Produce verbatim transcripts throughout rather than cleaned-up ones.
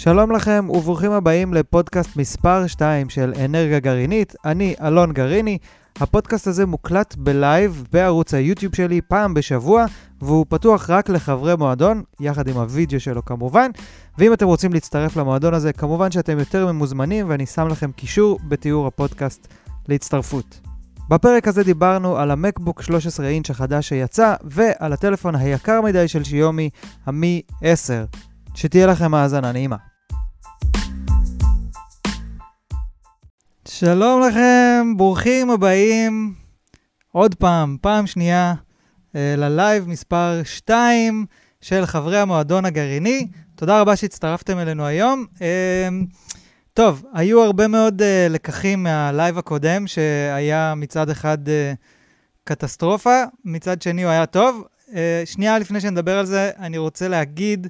שלום לכם וברוכים הבאים לפודקאסט מספר שתיים של אנרגיה גרעינית. אני אלון גרעיני. הפודקאסט הזה מוקלט בלייב בערוץ היוטיוב שלי פעם בשבוע, והוא פתוח רק לחברי מועדון, יחד עם הוידאו שלו כמובן. ואם אתם רוצים להצטרף למועדון הזה, כמובן שאתם יותר ממוזמנים, ואני שם לכם קישור בתיאור הפודקאסט להצטרפות. בפרק הזה דיברנו על המקבוק שלוש עשרה אינץ' החדש שיצא, ועל הטלפון היקר מדי של שיומי, המי עשר. שתהיה לכם האזנה נעימה. שלום לכם, ברוכים הבאים עוד פעם, פעם שנייה ללייב מספר שתיים של חברי המועדון הגרעיני. תודה רבה שהצטרפתם אלינו היום. טוב, היו הרבה מאוד לקחים מהלייב הקודם, שהיה מצד אחד קטסטרופה, מצד שני הוא היה טוב. שנייה לפני שנדבר על זה, אני רוצה להגיד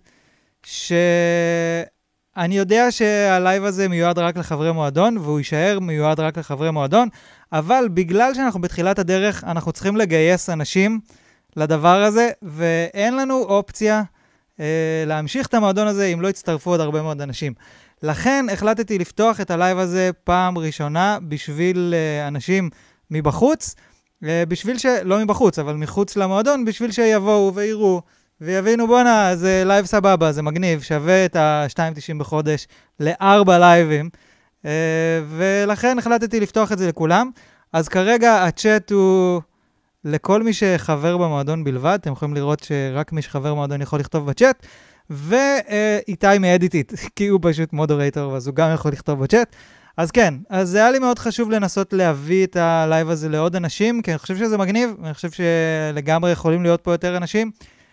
שאני יודע שהלייב הזה מיועד רק לחברי מועדון, והוא יישאר מיועד רק לחברי מועדון, אבל בגלל שאנחנו בתחילת הדרך, אנחנו צריכים לגייס אנשים לדבר הזה, ואין לנו אופציה אה, להמשיך את המועדון הזה אם לא יצטרפו עוד הרבה מאוד אנשים. לכן החלטתי לפתוח את הלייב הזה פעם ראשונה בשביל אה, אנשים מבחוץ, אה, בשביל ש... לא מבחוץ, אבל מחוץ למועדון, בשביל שיבואו ויראו, ויבינו, בונה, זה לייב סבבה, זה מגניב, שווה את ה-שתיים תשעים בחודש לארבע לייבים, ולכן החלטתי לפתוח את זה לכולם. אז כרגע הצ'אט הוא לכל מי שחבר במועדון בלבד, אתם יכולים לראות שרק מי שחבר במועדון יכול לכתוב בצ'אט, ואיתי מאדיטית, כי הוא פשוט מודרייטור, אז הוא גם יכול לכתוב בצ'אט. אז כן, אז זה היה לי מאוד חשוב לנסות להביא את הלייב הזה לעוד אנשים, כי אני חושב שזה מגניב, ואני חושב שלגמרי יכולים להיות פה יותר אנשים.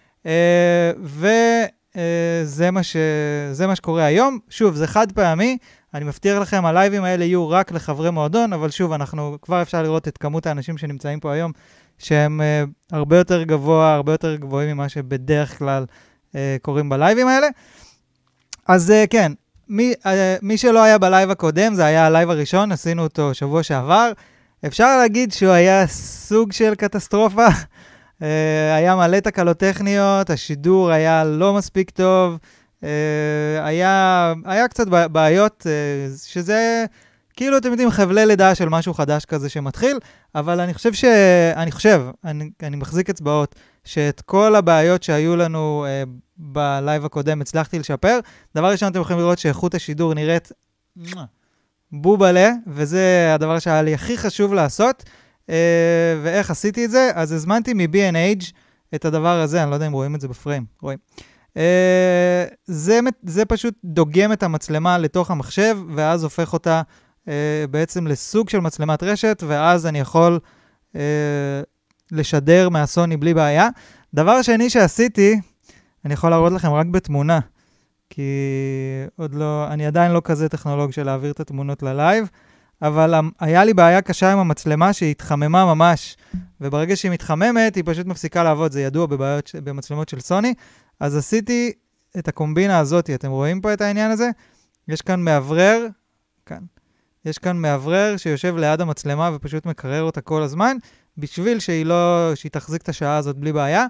וזה מה ש... זה מה שקורה היום. שוב, זה חד פעמי, אני מבטיח לכם, הלייבים האלה יהיו רק לחברי מועדון, אבל שוב, אנחנו כבר אפשר לראות את כמות האנשים שנמצאים פה היום, שהם הרבה יותר גבוה, הרבה יותר גבוהים ממה שבדרך כלל קוראים בלייבים האלה. אז כן, מי, מי שלא היה בלייב הקודם, זה היה הלייב הראשון, עשינו אותו שבוע שעבר. אפשר להגיד שהוא היה סוג של קטסטרופה, Uh, היה מלא תקלות טכניות, השידור היה לא מספיק טוב, uh, היה, היה קצת בעיות, uh, שזה כאילו אתם יודעים חבלי לידה של משהו חדש כזה שמתחיל, אבל אני חושב ש... אני חושב, אני, אני מחזיק אצבעות, שאת כל הבעיות שהיו לנו uh, בלייב הקודם הצלחתי לשפר. דבר ראשון אתם יכולים לראות שאיכות השידור נראית בובלה, וזה הדבר שהיה לי הכי חשוב לעשות. Uh, ואיך עשיתי את זה? אז הזמנתי מ-בי אנד אייץ' את הדבר הזה, אני לא יודע אם רואים את זה בפריים, רואים. Uh, זה, זה פשוט דוגם את המצלמה לתוך המחשב, ואז הופך אותה uh, בעצם לסוג של מצלמת רשת, ואז אני יכול uh, לשדר מהסוני בלי בעיה. דבר שני שעשיתי, אני יכול להראות לכם רק בתמונה, כי עוד לא, אני עדיין לא כזה טכנולוג של להעביר את התמונות ללייב, אבל היה לי בעיה קשה עם המצלמה שהיא התחממה ממש, וברגע שהיא מתחממת, היא פשוט מפסיקה לעבוד, זה ידוע בבעיות, במצלמות של סוני, אז עשיתי את הקומבינה הזאת, אתם רואים פה את העניין הזה? יש כאן מאוורר, כאן, יש כאן מאוורר שיושב ליד המצלמה ופשוט מקרר אותה כל הזמן, בשביל שהיא לא, שהיא תחזיק את השעה הזאת בלי בעיה.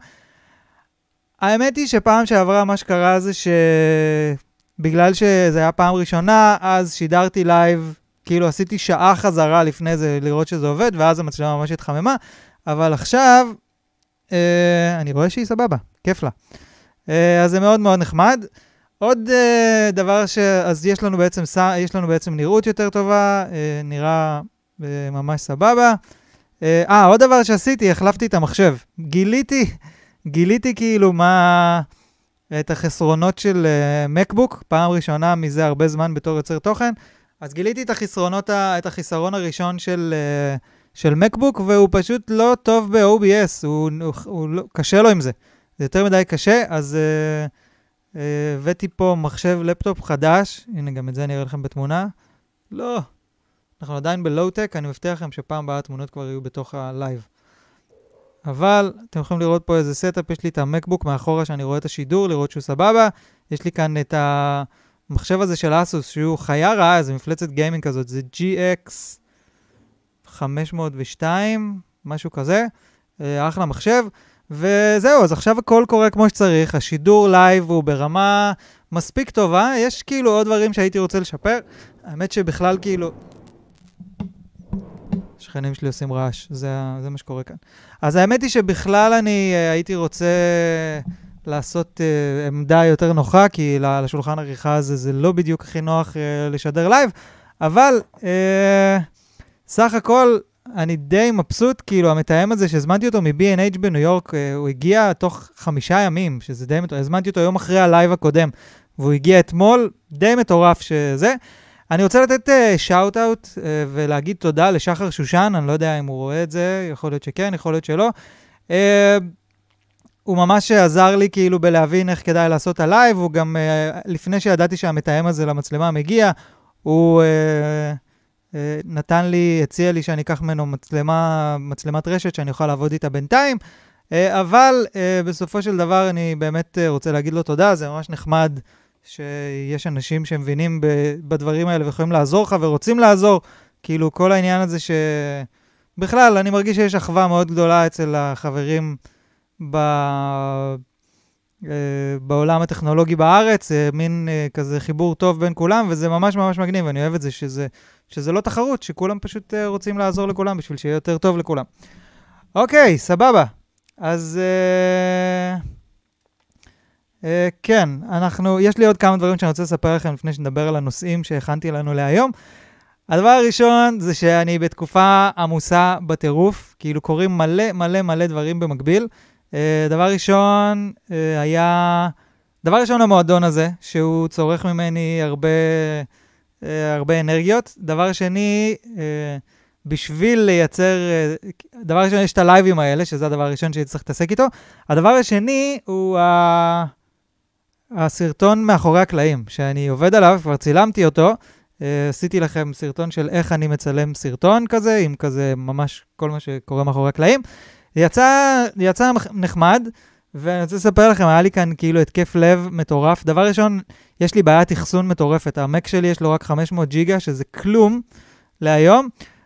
האמת היא שפעם שעברה מה שקרה זה שבגלל שזה היה פעם ראשונה, אז שידרתי לייב, כאילו עשיתי שעה חזרה לפני זה לראות שזה עובד, ואז המצלמה ממש התחממה, אבל עכשיו, אה, אני רואה שהיא סבבה, כיף לה. אה, אז זה מאוד מאוד נחמד. עוד אה, דבר ש... אז יש לנו בעצם, יש לנו בעצם נראות יותר טובה, אה, נראה אה, ממש סבבה. אה, אה, עוד דבר שעשיתי, החלפתי את המחשב. גיליתי, גיליתי כאילו מה... את החסרונות של אה, מקבוק, פעם ראשונה מזה הרבה זמן בתור יוצר תוכן, אז גיליתי את החסרונות, את החיסרון הראשון של, של מקבוק, והוא פשוט לא טוב ב-או בי אס, הוא, הוא, הוא לא, קשה לו עם זה. זה יותר מדי קשה, אז uh, הבאתי פה מחשב לפטופ חדש, הנה גם את זה אני אראה לכם בתמונה. לא, אנחנו עדיין בלואו-טק, אני מבטיח לכם שפעם הבאה התמונות כבר יהיו בתוך הלייב. אבל אתם יכולים לראות פה איזה סטאפ, יש לי את המקבוק מאחורה שאני רואה את השידור, לראות שהוא סבבה, יש לי כאן את ה... המחשב הזה של אסוס, שהוא חיה רעה, זה מפלצת גיימינג כזאת, זה ג'י אקס חמש מאות ושתיים, משהו כזה, אחלה מחשב, וזהו, אז עכשיו הכל קורה כמו שצריך, השידור לייב הוא ברמה מספיק טובה, יש כאילו עוד דברים שהייתי רוצה לשפר, האמת שבכלל כאילו... שכנים שלי עושים רעש, זה, זה מה שקורה כאן. אז האמת היא שבכלל אני הייתי רוצה לעשות uh, עמדה יותר נוחה, כי לשולחן עריכה הזה זה לא בדיוק הכי נוח uh, לשדר לייב, אבל uh, סך הכל אני די מבסוט, כאילו המתאם הזה שהזמנתי אותו מ-בי אנד אייץ' בניו יורק, uh, הוא הגיע תוך חמישה ימים, שזה די מטורף, הזמנתי אותו יום אחרי הלייב הקודם, והוא הגיע אתמול, די מטורף שזה. אני רוצה לתת שאוט-אוט uh, uh, ולהגיד תודה לשחר שושן, אני לא יודע אם הוא רואה את זה, יכול להיות שכן, יכול להיות שלא. Uh, הוא ממש עזר לי כאילו בלהבין איך כדאי לעשות הלייב, הוא גם, uh, לפני שידעתי שהמתאם הזה למצלמה מגיע, הוא uh, uh, נתן לי, הציע לי שאני אקח ממנו מצלמה, מצלמת רשת שאני אוכל לעבוד איתה בינתיים, uh, אבל uh, בסופו של דבר אני באמת uh, רוצה להגיד לו תודה, זה ממש נחמד, שיש אנשים שמבינים בדברים האלה ויכולים לעזור לך ורוצים לעזור, כאילו כל העניין הזה שבכלל אני מרגיש שיש אחווה מאוד גדולה אצל החברים ב... בעולם הטכנולוגי בארץ, מין כזה חיבור טוב בין כולם, וזה ממש ממש מגניב, ואני אוהב את זה שזה, שזה לא תחרות, שכולם פשוט רוצים לעזור לכולם בשביל שיהיה יותר טוב לכולם. אוקיי, סבבה. אז... Uh, כן, אנחנו, יש לי עוד כמה דברים שאני רוצה לספר לכם לפני שנדבר על הנושאים שהכנתי לנו להיום. הדבר הראשון זה שאני בתקופה עמוסה בטירוף, כאילו קוראים מלא מלא מלא דברים במקביל. Uh, דבר ראשון uh, היה, דבר ראשון המועדון הזה, שהוא צורך ממני הרבה, uh, הרבה אנרגיות. דבר שני, uh, בשביל לייצר, uh, דבר ראשון יש את הלייבים האלה, שזה הדבר הראשון שהייתי צריך להתעסק איתו. הדבר השני הוא ה... הסרטון מאחורי הקלעים, שאני עובד עליו, כבר צילמתי אותו, עשיתי לכם סרטון של איך אני מצלם סרטון כזה, עם כזה ממש כל מה שקורה מאחורי הקלעים. יצא, יצא נחמד, ואני רוצה לספר לכם, היה לי כאן כאילו התקף לב מטורף. דבר ראשון, יש לי בעיית אחסון מטורפת, המק שלי יש לו רק חמש מאות ג'יגה, שזה כלום להיום,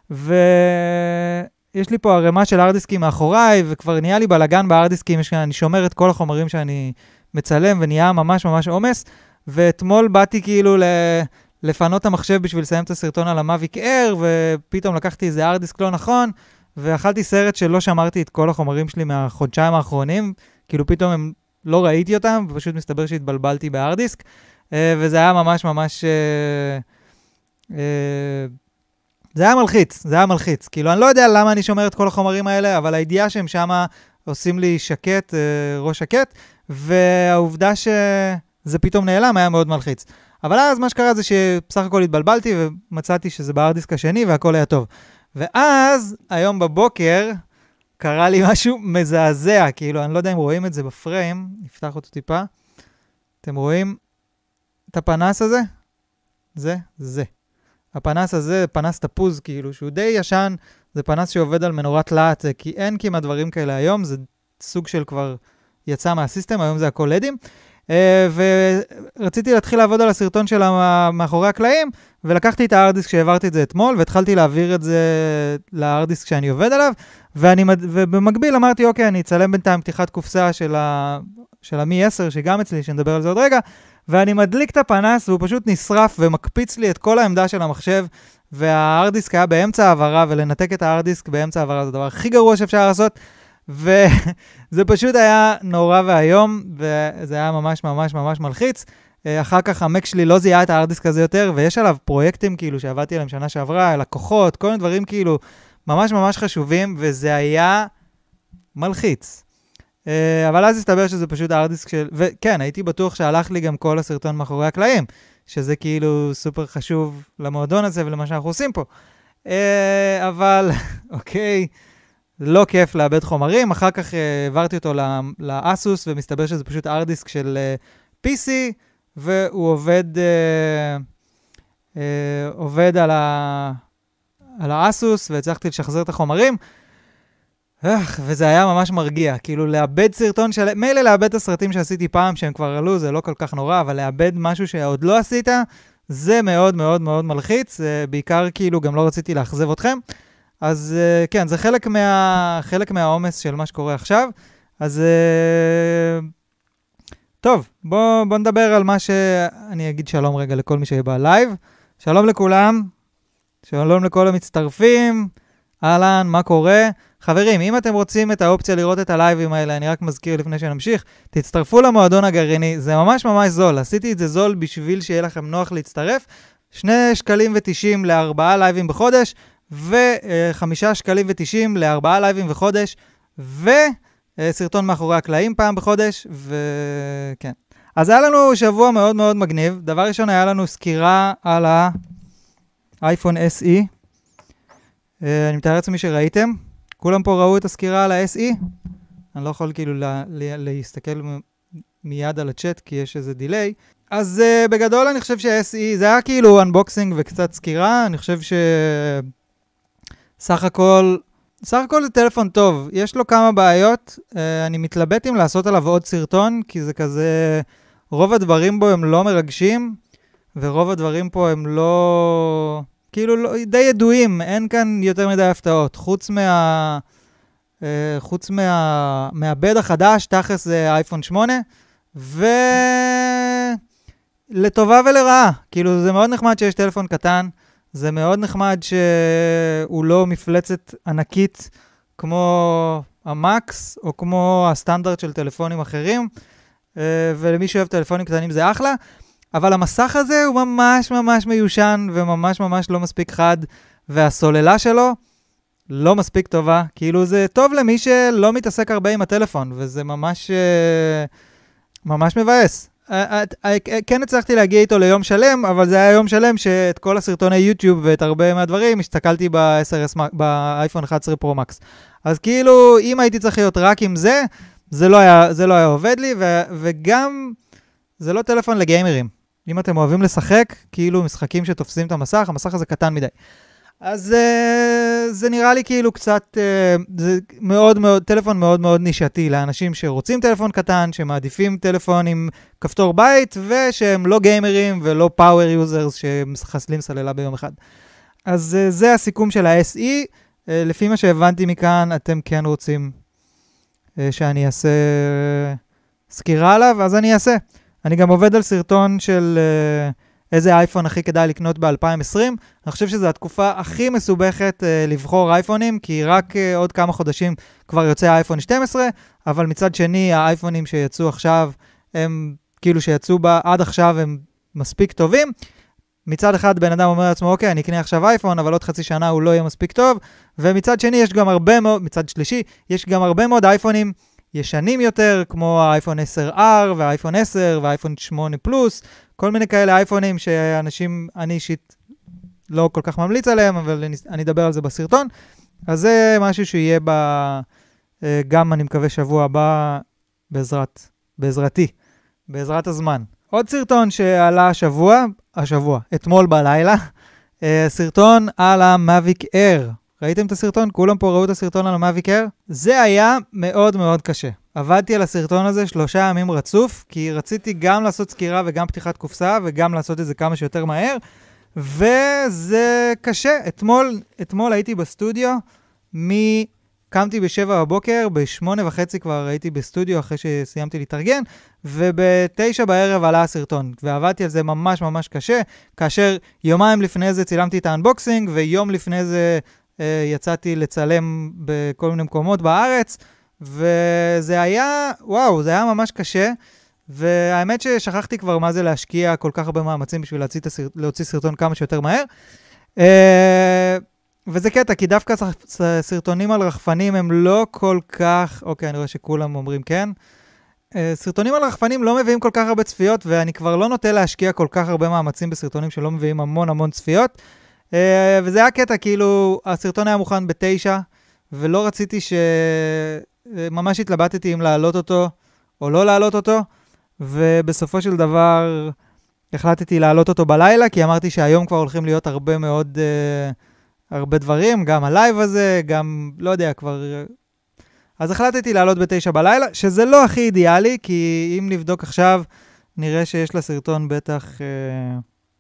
ויש לי פה הרמה של ארדיסקים מאחוריי, וכבר נהיה לי בלגן בארדיסקים, אני שומר את כל החומרים שאני מצלם, ונהיה ממש ממש עומס, ואתמול באתי כאילו לפנות המחשב בשביל לסיים את הסרטון על המאביק אייר, ופתאום לקחתי איזה ארדיסק לא נכון, ואכלתי סרט שלא שמרתי את כל החומרים שלי מהחודשיים האחרונים, כאילו פתאום הם, לא ראיתי אותם, ופשוט מסתבר שהתבלבלתי בארדיסק, וזה היה ממש ממש... זה היה מלחיץ, זה היה מלחיץ. כאילו, אני לא יודע למה אני שומר את כל החומרים האלה, אבל הידיעה שהם שמה עושים לי שקט, ראש שקט, והעובדה שזה פתאום נעלם היה מאוד מלחיץ. אבל אז מה שקרה זה שבסך הכל התבלבלתי, ומצאתי שזה בארדיסק השני, והכל היה טוב. ואז, היום בבוקר, קרה לי משהו מזעזע, כאילו, אני לא יודע אם רואים את זה בפריים, נפתח אותו טיפה. אתם רואים את הפנס הזה? זה, זה. הפנס הזה, פנס תפוז, כאילו, שהוא די ישן, זה פנס שעובד על מנורת להט, כי אין כמעט דברים כאלה היום, זה סוג של כבר יצא מהסיסטם, היום זה הכל לדים, ורציתי להתחיל לעבוד על הסרטון שלה מאחורי הקלעים, ולקחתי את הארדיסק שהעברתי את זה אתמול, והתחלתי להעביר את זה לארדיסק שאני עובד עליו, ואני, ובמקביל אמרתי, אוקיי, אני אצלם בינתיים פתיחת קופסה של, ה, של המי עשר, שגם אצלי, שנדבר על זה עוד רגע, ואני מדליק את הפנס, והוא פשוט נשרף ומקפיץ לי את כל העמדה של המחשב, והארדיסק היה באמצע העברה, ולנתק את הארדיסק באמצע העברה, זה הדבר הכי גרוע שאפשר לעשות, וזה פשוט היה נורא והיום, וזה היה ממש ממש ממש מלחיץ. אחר כך המק שלי לא זיהה את הארדיסק הזה יותר, ויש עליו פרויקטים כאילו שעבדתי עליהם שנה שעברה, לקוחות, כל מיני דברים כאילו ממש ממש חשובים, וזה היה מלחיץ. אבל אז הסתבר שזה פשוט הארדיסק של... וכן, הייתי בטוח שהלך לי גם כל הסרטון מאחורי הקלעים, שזה כאילו סופר חשוב למועדון הזה ולמה שאנחנו עושים פה. אבל, אוקיי, לא כיף לאבד חומרים. אחר כך העברתי אותו לאסוס, ומסתבר שזה פשוט ארדיסק של פי סי, והוא עובד, עובד על על האסוס, והצלחתי לשחזר את החומרים. וזה היה ממש מרגיע, כאילו לאבד סרטון של... מילא לאבד את הסרטים שעשיתי פעם, שהם כבר עלו, זה לא כל כך נורא, אבל לאבד משהו שעוד לא עשית, זה מאוד מאוד מאוד מלחיץ, בעיקר כאילו גם לא רציתי לאכזב אתכם, אז כן, זה חלק מה... חלק מהעומס של מה שקורה עכשיו, אז uh, טוב, בוא, בוא נדבר על מה שאני אגיד שלום רגע לכל מי שיהיה בלייב. שלום לכולם, שלום לכל המצטרפים, אהלן, מה קורה? חברים, אם אתם רוצים את האופציה לראות את הלייבים האלה, אני רק מזכיר לפני שנמשיך, תצטרפו למועדון הגרעיני, זה ממש ממש זול, עשיתי את זה זול בשביל שיהיה לכם נוח להצטרף, שני שקלים ותשעים לארבעה לייבים בחודש, וחמישה שקלים ותשעים לארבעה לייבים בחודש, וסרטון מאחורי הקלעים פעם בחודש, וכן. אז היה לנו שבוע מאוד מאוד מגניב, דבר ראשון היה לנו סקירה על האייפון אס אי, אני מתאר לעצמי שראיתם, כולם פה ראו את הסקירה על ה-אס אי? אני לא יכול כאילו לה, לה, להסתכל מיד על הצ'אט כי יש איזה דיליי. אז uh, בגדול אני חושב שה-אס אי זה היה כאילו אנבוקסינג וקצת סקירה. אני חושב שסך הכל, סך הכל זה טלפון טוב. יש לו כמה בעיות. Uh, אני מתלבט אם לעשות עליו עוד סרטון, כי זה כזה, רוב הדברים בו הם לא מרגשים, ורוב הדברים פה הם לא... כאילו לא, די ידועים, אין כאן יותר מדי הפתעות. חוץ מה... uh, חוץ מה... מהבד החדש, תכלס זה אייפון שמונה, ולטובה ולרעה. כאילו זה מאוד נחמד שיש טלפון קטן, זה מאוד נחמד שהוא לא מפלצת ענקית כמו המקס, או כמו הסטנדרט של טלפונים אחרים, uh, ולמי שאוהב טלפונים קטנים זה אחלה. אבל המסך הזה הוא ממש ממש מיושן, וממש ממש לא מספיק חד, והסוללה שלו לא מספיק טובה. כאילו זה טוב למי שלא מתעסק הרבה עם הטלפון, וזה ממש, ממש מבאס. כן הצלחתי להגיע איתו ליום שלם, אבל זה היה יום שלם שאת כל הסרטוני יוטיוב ואת הרבה מהדברים, הסתכלתי באייפון אחת עשרה פרו מקס. אז כאילו, אם הייתי צריך להיות רק עם זה, זה לא היה, זה לא היה עובד לי, ו- וגם זה לא טלפון לגיימרים. אם אתם אוהבים לשחק, כאילו משחקים שתופסים את המסך, המסך הזה קטן מדי. אז uh, זה נראה לי כאילו קצת, uh, זה מאוד מאוד, טלפון מאוד מאוד נישתי לאנשים שרוצים טלפון קטן, שמעדיפים טלפון עם כפתור בית, ושהם לא גיימרים ולא פאוור יוזרס שמחסלים סללה ביום אחד. אז uh, זה הסיכום של ה-אס אי. Uh, לפי מה שהבנתי מכאן, אתם כן רוצים uh, שאני אעשה uh, סקירה עליו, אז אני אעשה. אני גם עובד על סרטון של uh, איזה אייפון הכי כדאי לקנות ב-אלפיים עשרים. אני חושב שזו התקופה הכי מסובכת uh, לבחור אייפונים, כי רק uh, עוד כמה חודשים כבר יוצא האייפון שתים עשרה, אבל מצד שני, האייפונים שיצאו עכשיו, הם כאילו שיצאו בה עד עכשיו הם מספיק טובים. מצד אחד בן אדם אומר לעצמו, אוקיי, אני אקנה עכשיו אייפון, אבל עוד חצי שנה הוא לא יהיה מספיק טוב, ומצד שני יש גם הרבה מאוד, מצד שלישי, יש גם הרבה מאוד אייפונים ישנים יותר, כמו האייפון עשר אר, והאייפון עשר, והאייפון שמונה פלוס, כל מיני כאלה אייפונים שאנשים, אני אישית לא כל כך ממליץ עליהם, אבל אני, אני אדבר על זה בסרטון. אז זה משהו שיהיה ב, גם אני מקווה שבוע הבא, בעזרת, בעזרתי, בעזרת הזמן. עוד סרטון שעלה השבוע, השבוע, אתמול בלילה, סרטון על המאביק אייר. ראיתם את הסרטון? כולם פה ראו את הסרטון על המאביק אייר? זה היה מאוד מאוד קשה. עבדתי על הסרטון הזה שלושה ימים רצוף, כי רציתי גם לעשות סקירה וגם פתיחת קופסה, וגם לעשות את זה כמה שיותר מהר, וזה קשה. אתמול, אתמול הייתי בסטודיו, מ... קמתי בשבע בבוקר, בשמונה וחצי כבר הייתי בסטודיו אחרי שסיימתי להתארגן, ובתשע בערב עלה הסרטון, ועבדתי על זה ממש ממש קשה, כאשר יומיים לפני זה צילמתי את האנבוקסינג, ויום לפני זה אה, יצאתי לצלם בכל מיני מקומות בארץ, וזה היה, וואו, זה היה ממש קשה, והאמת ששכחתי כבר מה זה להשקיע כל כך הרבה מאמצים בשביל להוציא, הסרט, להוציא סרטון כמה שיותר מהר. אה... וזה קטע, כי דווקא סרטונים על רחפנים הם לא כל כך, אוקיי, אני רואה שכולם אומרים כן. סרטונים על רחפנים לא מביאים כל כך הרבה צפיות, ואני כבר לא נוטה להשקיע כל כך הרבה מאמצים בסרטונים שלא מביאים המון המון צפיות. וזה היה קטע, כאילו, הסרטון היה מוכן בתשע, ולא רציתי ש... ממש התלבטתי אם להעלות אותו או לא להעלות אותו, ובסופו של דבר החלטתי להעלות אותו בלילה, כי אמרתי שהיום כבר הולכים להיות הרבה מאוד... הרבה דברים, גם הלייב הזה, גם, לא יודע, כבר... אז החלטתי לעלות בתשע בלילה, שזה לא הכי אידיאלי, כי אם נבדוק עכשיו, נראה שיש לסרטון בטח אה,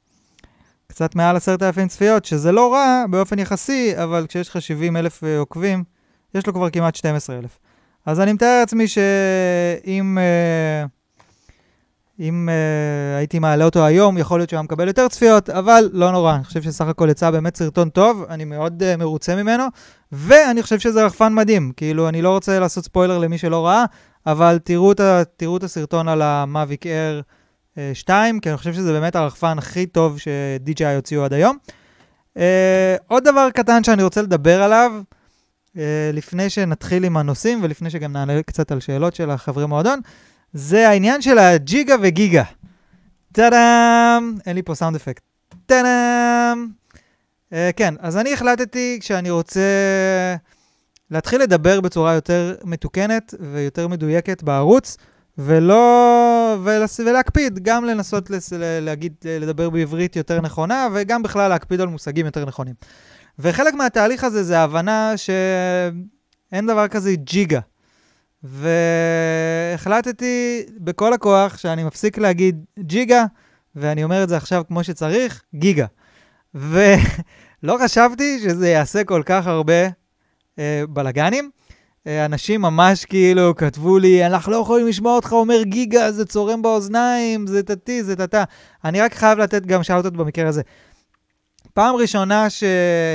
קצת מעל עשרת אלפים צפיות, שזה לא רע באופן יחסי, אבל כשיש לך שבעים אלף עוקבים, יש לו כבר כמעט שנים עשר אלף. אז אני מתאר לעצמי שאם uh, אם uh, הייתי מעלה אותו היום, יכול להיות שהוא היה מקבל יותר צפיות, אבל לא נורא. אני חושב שסך הכל יצא באמת סרטון טוב, אני מאוד uh, מרוצה ממנו, ואני חושב שזה רחפן מדהים. כאילו, אני לא רוצה לעשות ספוילר למי שלא ראה, אבל תראו את, תראו את הסרטון על ה-Mavic Air uh, שתיים, כי אני חושב שזה באמת הרחפן הכי טוב ש-די ג'יי איי הוציאו עד היום. Uh, עוד דבר קטן שאני רוצה לדבר עליו, uh, לפני שנתחיל עם הנושאים, ולפני שגם נענה קצת על שאלות של החברי מועדון, זה העניין של הג'יגה וגיגה. טאדאם! אין לי פה סאונד אפקט. טאדאם! Uh, כן, אז אני החלטתי כשאני רוצה להתחיל לדבר בצורה יותר מתוקנת ויותר מדויקת בערוץ, ולא, ולס, ולהקפיד, גם לנסות לס, להגיד, לדבר בעברית יותר נכונה, וגם בכלל להקפיד על מושגים יותר נכונים. וחלק מהתהליך הזה זה ההבנה שאין דבר כזה ג'יגה. והחלטתי בכל הכוח שאני מפסיק להגיד ג'יגה, ואני אומר את זה עכשיו כמו שצריך, גיגה. ולא חשבתי שזה יעשה כל כך הרבה אה, בלגנים. אנשים ממש כאילו כתבו לי, אנחנו לא יכולים לשמוע אותך אומר גיגה, זה צורם באוזניים, זה תתי, זה תתה. אני רק חייב לתת גם שאוטות במקרה הזה. פעם ראשונה ש...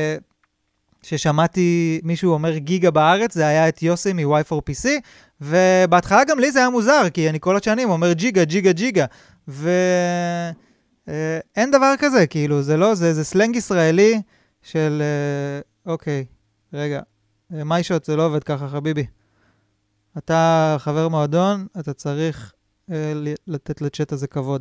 ששמעתי מישהו אומר גיגה בארץ, זה היה את יוסי מ-וואי פור פי סי, ובהתחלה גם לי זה היה מוזר, כי אני כל השנים אומר ג'יגה, ג'יגה, ג'יגה, ואין דבר כזה, כאילו, זה לא, זה, זה סלנג ישראלי של, אוקיי, רגע, מיישוט זה לא עובד ככה, חביבי. אתה חבר מועדון, אתה צריך אה, לתת לצ'אט הזה כבוד.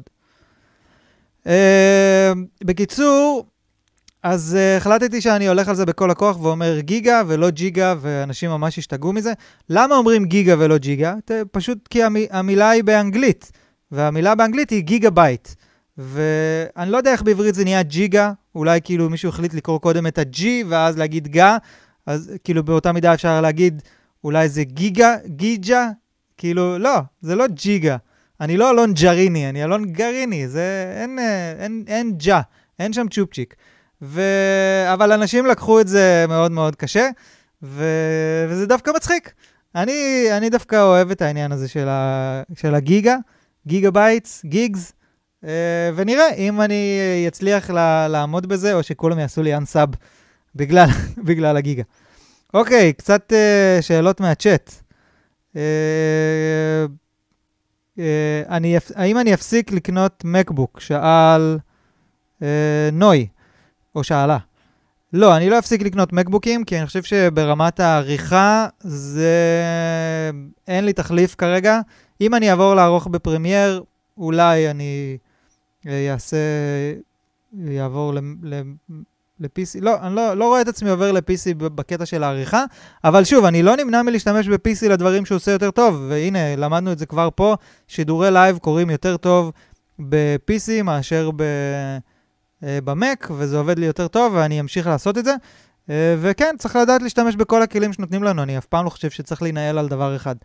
אה, בקיצור, אז אה, החלטתי שאני הולך על זה בכל הכוח ואומר גיגה ולא ג'יגה, ואנשים ממש השתגעו מזה. למה אומרים גיגה ולא ג'יגה? פשוט כי המ, המילה היא באנגלית, והמילה באנגלית היא גיגה בייט. ואני לא יודע איך בעברית זה נהיה ג'יגה, אולי כאילו מישהו החליט לקרוא קודם את הג'י ואז להגיד גה, אז כאילו באותה מידה אפשר להגיד, אולי זה גיגה, גיג'ה, כאילו לא, זה לא ג'יגה. אני לא אלון ג'ריני, אני אלון גריני, זה אין, אין, אין ג'ה, אין שם צ'ופצ'יק. ו... אבל אנשים לקחו את זה מאוד מאוד קשה, ו... וזה דווקא מצחיק. אני, אני דווקא אוהב את העניין הזה של, ה... של הגיגה, גיגה בייטס, גיגס, ונראה אם אני אצליח לה... לעמוד בזה, או שכולם יעשו לי אנסאב, בגלל, בגלל הגיגה. אוקיי, קצת uh, שאלות מהצ'אט. Uh, uh, אני, האם אני אפסיק לקנות מקבוק? שאל uh, נוי, או שאלה. לא, אני לא אפסיק לקנות מקבוקים, כי אני חושב שברמת העריכה זה... אין לי תחליף כרגע. אם אני אעבור לערוך בפרמייר, אולי אני אעשה... יעבור ל... ל ל-פי סי, לא, אני לא, לא רואה את עצמי עובר ל-פי סי בקטע של העריכה, אבל שוב, אני לא נמנע מלהשתמש ב-פי סי לדברים שהוא עושה יותר טוב, והנה, למדנו את זה כבר פה, שידורי לייב קוראים יותר טוב ב-פי סי מאשר במק, וזה עובד לי יותר טוב, ואני אמשיך לעשות את זה, וכן, צריך לדעת להשתמש בכל הכלים שנותנים לנו, אני אף פעם לא חושב שצריך להנהל על דבר אחד.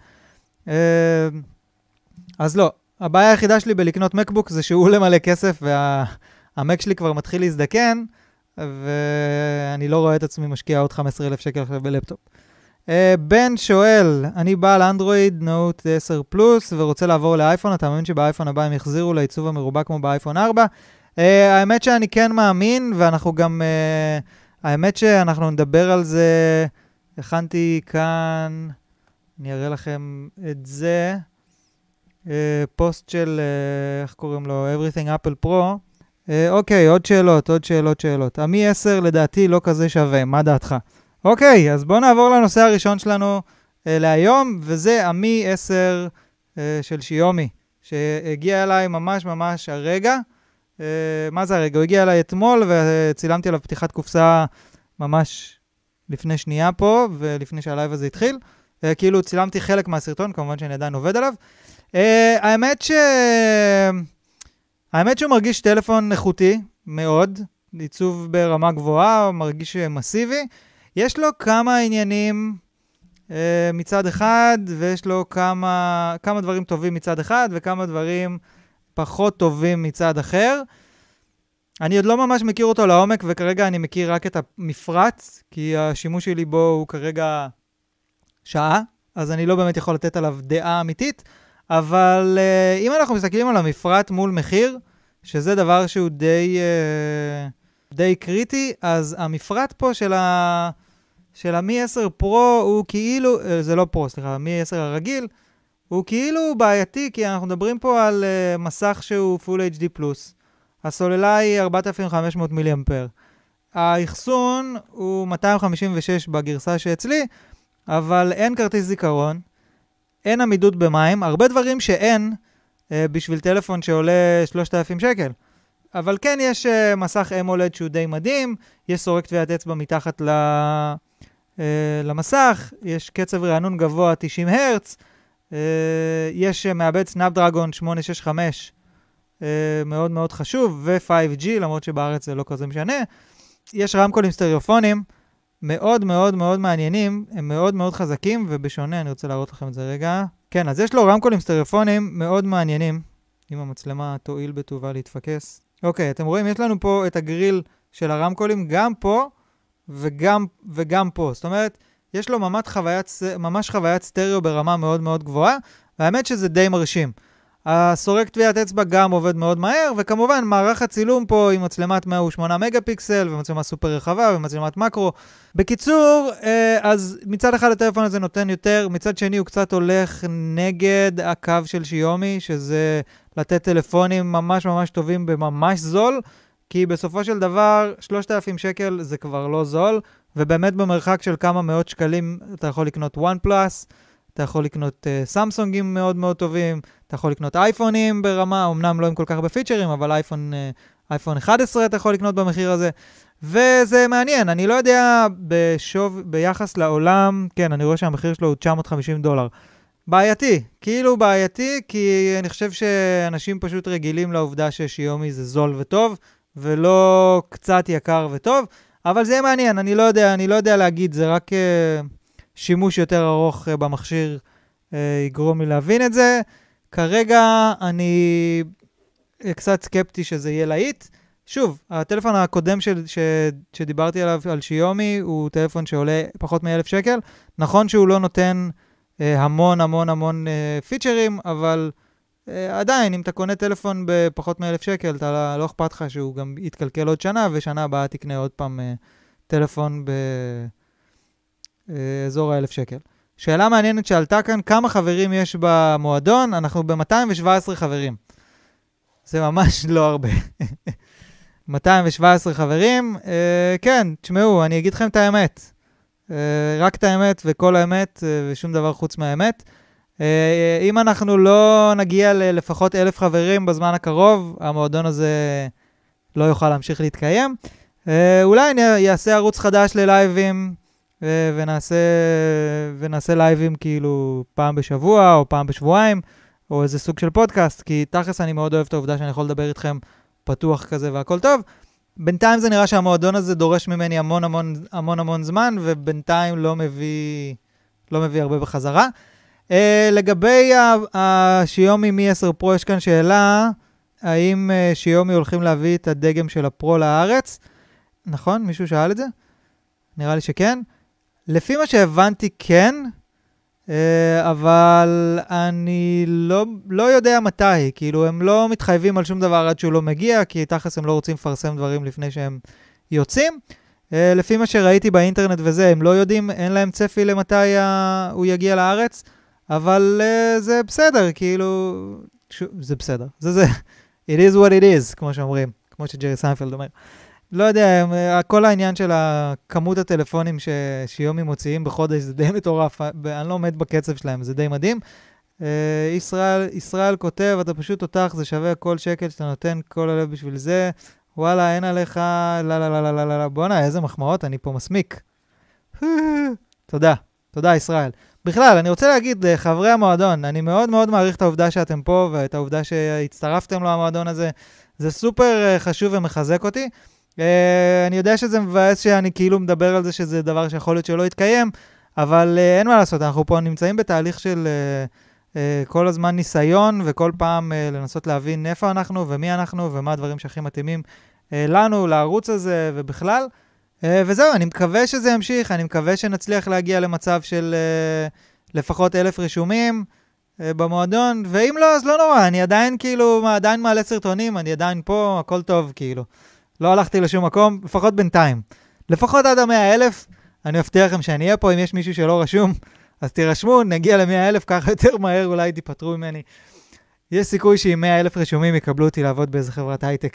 אז לא, הבעיה היחידה שלי בלקנות מקבוק זה שהוא למלא כסף, והמק שלי כבר מתחיל להזדקן, ואני לא רואה את עצמי משקיע עוד חמישה עשר אלף שקל בלפטופ. בן שואל, אני בעל אנדרואיד נוט עשר פלוס ורוצה לעבור לאייפון, אתה מאמין שבאייפון הבא הם יחזירו לעיצוב המרובע כמו באייפון ארבע? האמת שאני כן מאמין, ואנחנו גם, האמת שאנחנו נדבר על זה, הכנתי כאן, אני אראה לכם את זה, פוסט של, איך קוראים לו, Everything Apple Pro, אוקיי, עוד שאלות, עוד שאלות, שאלות. המי עשר לדעתי לא כזה שווה, מה דעתך? אוקיי, אז בואו נעבור לנושא הראשון שלנו אה, להיום, וזה המי עשר אה, של שיומי, שהגיע אליי ממש ממש הרגע. אה, מה זה הרגע? הוא הגיע אליי אתמול, וצילמתי עליו פתיחת קופסה ממש לפני שנייה פה, ולפני שהלייב הזה התחיל. אה, כאילו צילמתי חלק מהסרטון, כמובן שאני עדיין עובד עליו. אה, האמת ש... האמת שהוא מרגיש טלפון איכותי מאוד, עיצוב ברמה גבוהה, הוא מרגיש מסיבי. יש לו כמה עניינים אה, מצד אחד, ויש לו כמה, כמה דברים טובים מצד אחד, וכמה דברים פחות טובים מצד אחר. אני עוד לא ממש מכיר אותו לעומק, וכרגע אני מכיר רק את המפרט, כי השימוש שלי בו הוא כרגע שעה, אז אני לא באמת יכול לתת עליו דעה אמיתית, אבל uh, אם אנחנו מסתכלים על המפרט מול מחיר, שזה דבר שהוא די, uh, די קריטי, אז המפרט פה של ה... של ה-מי עשר פרו הוא כאילו, זה לא פרו, סליחה, ה-מי עשר הרגיל, הוא כאילו בעייתי, כי אנחנו מדברים פה על uh, מסך שהוא Full אייץ' די פלוס. הסוללה היא ארבעת אלפים וחמש מאות מילי אמפר. האחסון הוא מאתיים חמישים ושש בגרסה שאצלי, אבל אין כרטיס זיכרון, אין עמידות במים, הרבה דברים שאין uh, בשביל טלפון שעולה שלושת אלפים שקל. אבל כן יש uh, מסך אמולד שהוא די מדהים, יש סורק טביעת אצבע מתחת ל... Uh, למסך, יש קצב רענון גבוה תשעים הרץ, uh, יש uh, מעבד סנאפדרגון שמונה שש חמש, uh, מאוד מאוד חשוב, ו-פייב ג'י, למרות שבארץ זה לא כזה משנה. יש רמקולים סטריאופונים, מאוד מאוד מאוד מעניינים, הם מאוד מאוד חזקים, ובשונה, אני רוצה להראות לכם את זה רגע. כן, אז יש לו רמקולים סטריאופונים מאוד מעניינים, אם המצלמה תועיל בטובה להתפקס. אוקיי, אתם רואים, יש לנו פה את הגריל של הרמקולים, גם פה, וגם, וגם פה. זאת אומרת, יש לו ממש חוויית, ממש חוויית סטריאו ברמה מאוד מאוד גבוהה, והאמת שזה די מרשים. הסורק טביעת אצבע גם עובד מאוד מהר, וכמובן מערך הצילום פה עם מצלמת מאה ושמונה מגה פיקסל, ומצלמה סופר רחבה, ומצלמת מקרו. בקיצור, אז מצד אחד הטלפון הזה נותן יותר, מצד שני הוא קצת הולך נגד הקו של שיומי, שזה לתת טלפונים ממש ממש טובים בממש זול, כי בסופו של דבר, שלושת אלפים שקל זה כבר לא זול, ובאמת במרחק של כמה מאות שקלים אתה יכול לקנות וואן פלאס, אתה יכול לקנות uh, סמסונגים מאוד מאוד טובים, אתה יכול לקנות אייפונים ברמה, אמנם לא עם כל כך הרבה פיצ'רים, אבל אייפון, uh, אייפון אחד עשרה אתה יכול לקנות במחיר הזה, וזה מעניין, אני לא יודע בשוב, ביחס לעולם, כן, אני רואה שהמחיר שלו הוא תשע מאות וחמישים דולר. בעייתי, כאילו בעייתי, כי אני חושב שאנשים פשוט רגילים לעובדה ששיומי זה זול וטוב, ולא קצת יקר וטוב, אבל זה מעניין, אני לא יודע, אני לא יודע להגיד, זה רק uh, שימוש יותר ארוך uh, במכשיר uh, יגרום לי להבין את זה. כרגע אני uh, קצת סקפטי שזה יהיה להיט. שוב, הטלפון הקודם ש, ש, שדיברתי עליו, על שיומי, הוא טלפון שעולה פחות מ-אלף שקל. נכון שהוא לא נותן uh, המון המון המון uh, פיצ'רים, אבל Uh, עדיין, אם אתה קונה טלפון בפחות מ-אלף שקל, אתה לא אכפת לך שהוא גם יתקלקל עוד שנה, ושנה הבאה תקנה עוד פעם uh, טלפון באזור ה-אלף שקל. שאלה מעניינת שעלתה כאן, כמה חברים יש במועדון? אנחנו ב-מאתיים שבע עשרה חברים. זה ממש לא הרבה. מאתיים שבע עשרה חברים. Uh, כן, תשמעו, אני אגיד לכם את האמת. Uh, רק את האמת וכל האמת, uh, ושום דבר חוץ מהאמת. אם אנחנו לא נגיע לפחות אלף חברים בזמן הקרוב, המועדון הזה לא יוכל להמשיך להתקיים. אולי יעשה ערוץ חדש ללייבים, ונעשה, ונעשה לייבים כאילו פעם בשבוע או פעם בשבועיים, או איזה סוג של פודקאסט, כי תכלס אני מאוד אוהב את העובדה שאני יכול לדבר איתכם פתוח כזה והכל טוב. בינתיים זה נראה שהמועדון הזה דורש ממני המון המון המון המון זמן, ובינתיים לא מביא, לא מביא הרבה בחזרה. Uh, לגבי השיומי מי עשר פרו, יש כאן שאלה, האם uh, שיומי הולכים להביא את הדגם של הפרו לארץ? נכון? מישהו שאל את זה? נראה לי שכן. לפי מה שהבנתי כן, uh, אבל אני לא, לא יודע מתי, כאילו הם לא מתחייבים על שום דבר עד שהוא לא מגיע, כי תכלס הם לא רוצים לפרסם דברים לפני שהם יוצאים. Uh, לפי מה שראיתי באינטרנט וזה, הם לא יודעים, אין להם צפי למתי uh, הוא יגיע לארץ, אבל uh, זה בסדר, כאילו, ש... זה בסדר. זה זה, it is what it is, כמו שאומרים, כמו שג'רי סיינפלד אומר. לא יודע, כל העניין של כמות הטלפונים ש... שיומי מוציאים בחודש, זה די מטורף, אני לא עומד בקצב שלהם, זה די מדהים. Uh, ישראל, ישראל כותב, אתה פשוט תותח, זה שווה כל שקל שאתה נותן כל הלב בשביל זה, וואלה, אין עליך, לא, לא, לא, לא, לא, לא, בוא'נה, איזה מחמאות, אני פה מסמיק. תודה, תודה ישראל. בכלל, אני רוצה להגיד לחברי המועדון, אני מאוד מאוד מעריך את העובדה שאתם פה, ואת העובדה שהצטרפתם למועדון הזה. זה סופר חשוב ומחזק אותי. אני יודע שזה מבאס שאני כאילו מדבר על זה שזה דבר שיכול להיות שלא יתקיים, אבל אין מה לעשות, אנחנו פה נמצאים בתהליך של כל הזמן ניסיון, וכל פעם לנסות להבין איפה אנחנו ומי אנחנו, ומה הדברים שהכי מתאימים לנו, לערוץ הזה ובכלל. וזהו, אני מקווה שזה ימשיך, אני מקווה שנצליח להגיע למצב של לפחות אלף רישומים אה, במועדון, ואם לא, אז לא נורא, אני עדיין כאילו, עדיין מעלה סרטונים, אני עדיין פה, הכל טוב כאילו. לא הלכתי לשום מקום, לפחות בינתיים. לפחות עד ה-מאה אלף, אני מבטיח לכם שאני אהיה פה, אם יש מישהו שלא רשום, אז תירשמו, נגיע ל-מאה אלף, ככה יותר מהר, אולי תיפטרו ממני. יש סיכוי שעם מאה אלף רשומים יקבלו אותי לעבוד באיזה חברת הייטק.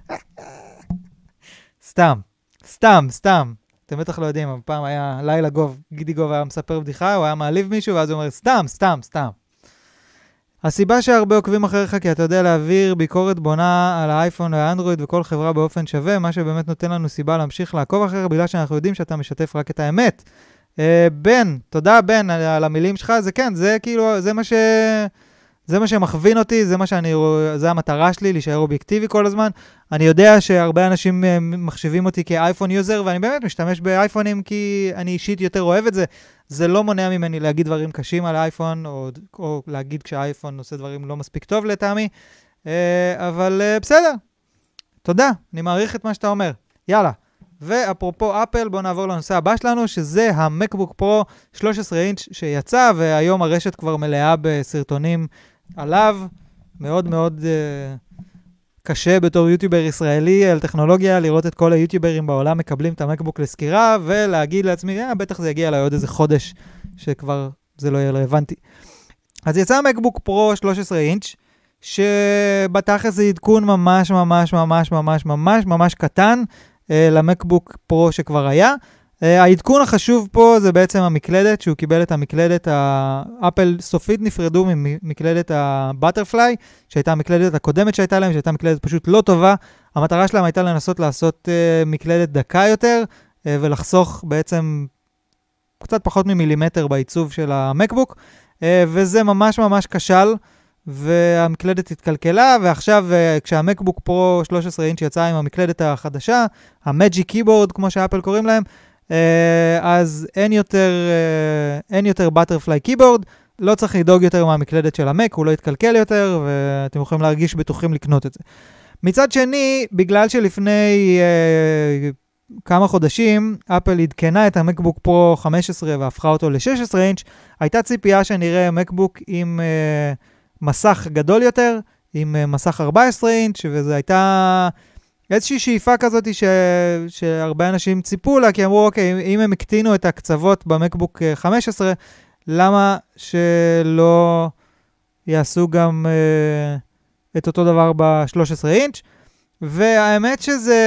סתם, סתם, סתם. אתם בטח לא יודעים, אבל פעם היה לילה גוב, גידי גוב היה מספר בדיחה, הוא היה מעליב מישהו, ואז הוא אומר, סתם, סתם, סתם. הסיבה שהרבה עוקבים אחריך, כי אתה יודע להעביר ביקורת בונה על האייפון והאנדרואיד וכל חברה באופן שווה, מה שבאמת נותן לנו סיבה להמשיך לעקוב אחריך, בגלל שאנחנו יודעים שאתה משתף רק את האמת. אה, בן, תודה בן על, על המילים שלך, זה כן, זה כאילו, זה מה ש... זה מה שמכווין אותי, זה מה שאני, זה המטרה שלי, להישאר אובייקטיבי כל הזמן. אני יודע שהרבה אנשים מחשיבים אותי כאייפון יוזר, ואני באמת משתמש באייפונים כי אני אישית יותר אוהב את זה. זה לא מונע ממני להגיד דברים קשים על האייפון, או, או להגיד כשהאייפון עושה דברים לא מספיק טוב לטעמי, אבל בסדר. תודה, אני מעריך את מה שאתה אומר. יאללה. ואפרופו אפל, בואו נעבור לנושא הבא שלנו, שזה המקבוק פרו שלוש עשרה אינץ' שיצא, והיום הרשת כבר מלאה בסרטונים עליו. מאוד מאוד uh, קשה בתור יוטיובר ישראלי על טכנולוגיה, לראות את כל היוטיוברים בעולם מקבלים את המקבוק לסקירה, ולהגיד לעצמי, אה, בטח זה יגיע אליי עוד איזה חודש, שכבר זה לא יהיה רלוונטי. אז יצא המקבוק פרו שלוש עשרה אינץ', שבתכלס זה עדכון ממש ממש ממש ממש ממש ממש קטן, למקבוק פרו שכבר היה. העדכון החשוב פה זה בעצם המקלדת, שהוא קיבל את המקלדת, אפל סופית נפרדו ממקלדת הבטרפליי, שהייתה המקלדת הקודמת שהייתה להם, שהייתה מקלדת פשוט לא טובה. המטרה שלהם הייתה לנסות לעשות מקלדת דקה יותר, ולחסוך בעצם קצת פחות ממילימטר בעיצוב של המקבוק, וזה ממש ממש כשל, והמקלדת התקלקלה, ועכשיו כשהמקבוק פרו שלוש עשרה אינץ' יצא עם המקלדת החדשה, המג'יק קיבורד, כמו שאפל קוראים להם, אז אין יותר, אין יותר בטרפליי קיבורד, לא צריך לדאוג יותר מהמקלדת של המק, הוא לא יתקלקל יותר, ואתם יכולים להרגיש בטוחים לקנות את זה. מצד שני, בגלל שלפני כמה חודשים, אפל עדכנה את המקבוק פרו חמש עשרה והפכה אותו ל-שש עשרה אינץ', הייתה ציפייה שנראה מקבוק עם מסך גדול יותר, עם מסך ארבע עשרה אינץ', וזו הייתה איזושהי שאיפה כזאת ש... שהרבה אנשים ציפו לה, כי אמרו, אוקיי, אם הם הקטינו את הקצוות במקבוק חמש עשרה, למה שלא יעשו גם אה, את אותו דבר ב-שלוש עשרה אינץ'? והאמת שזה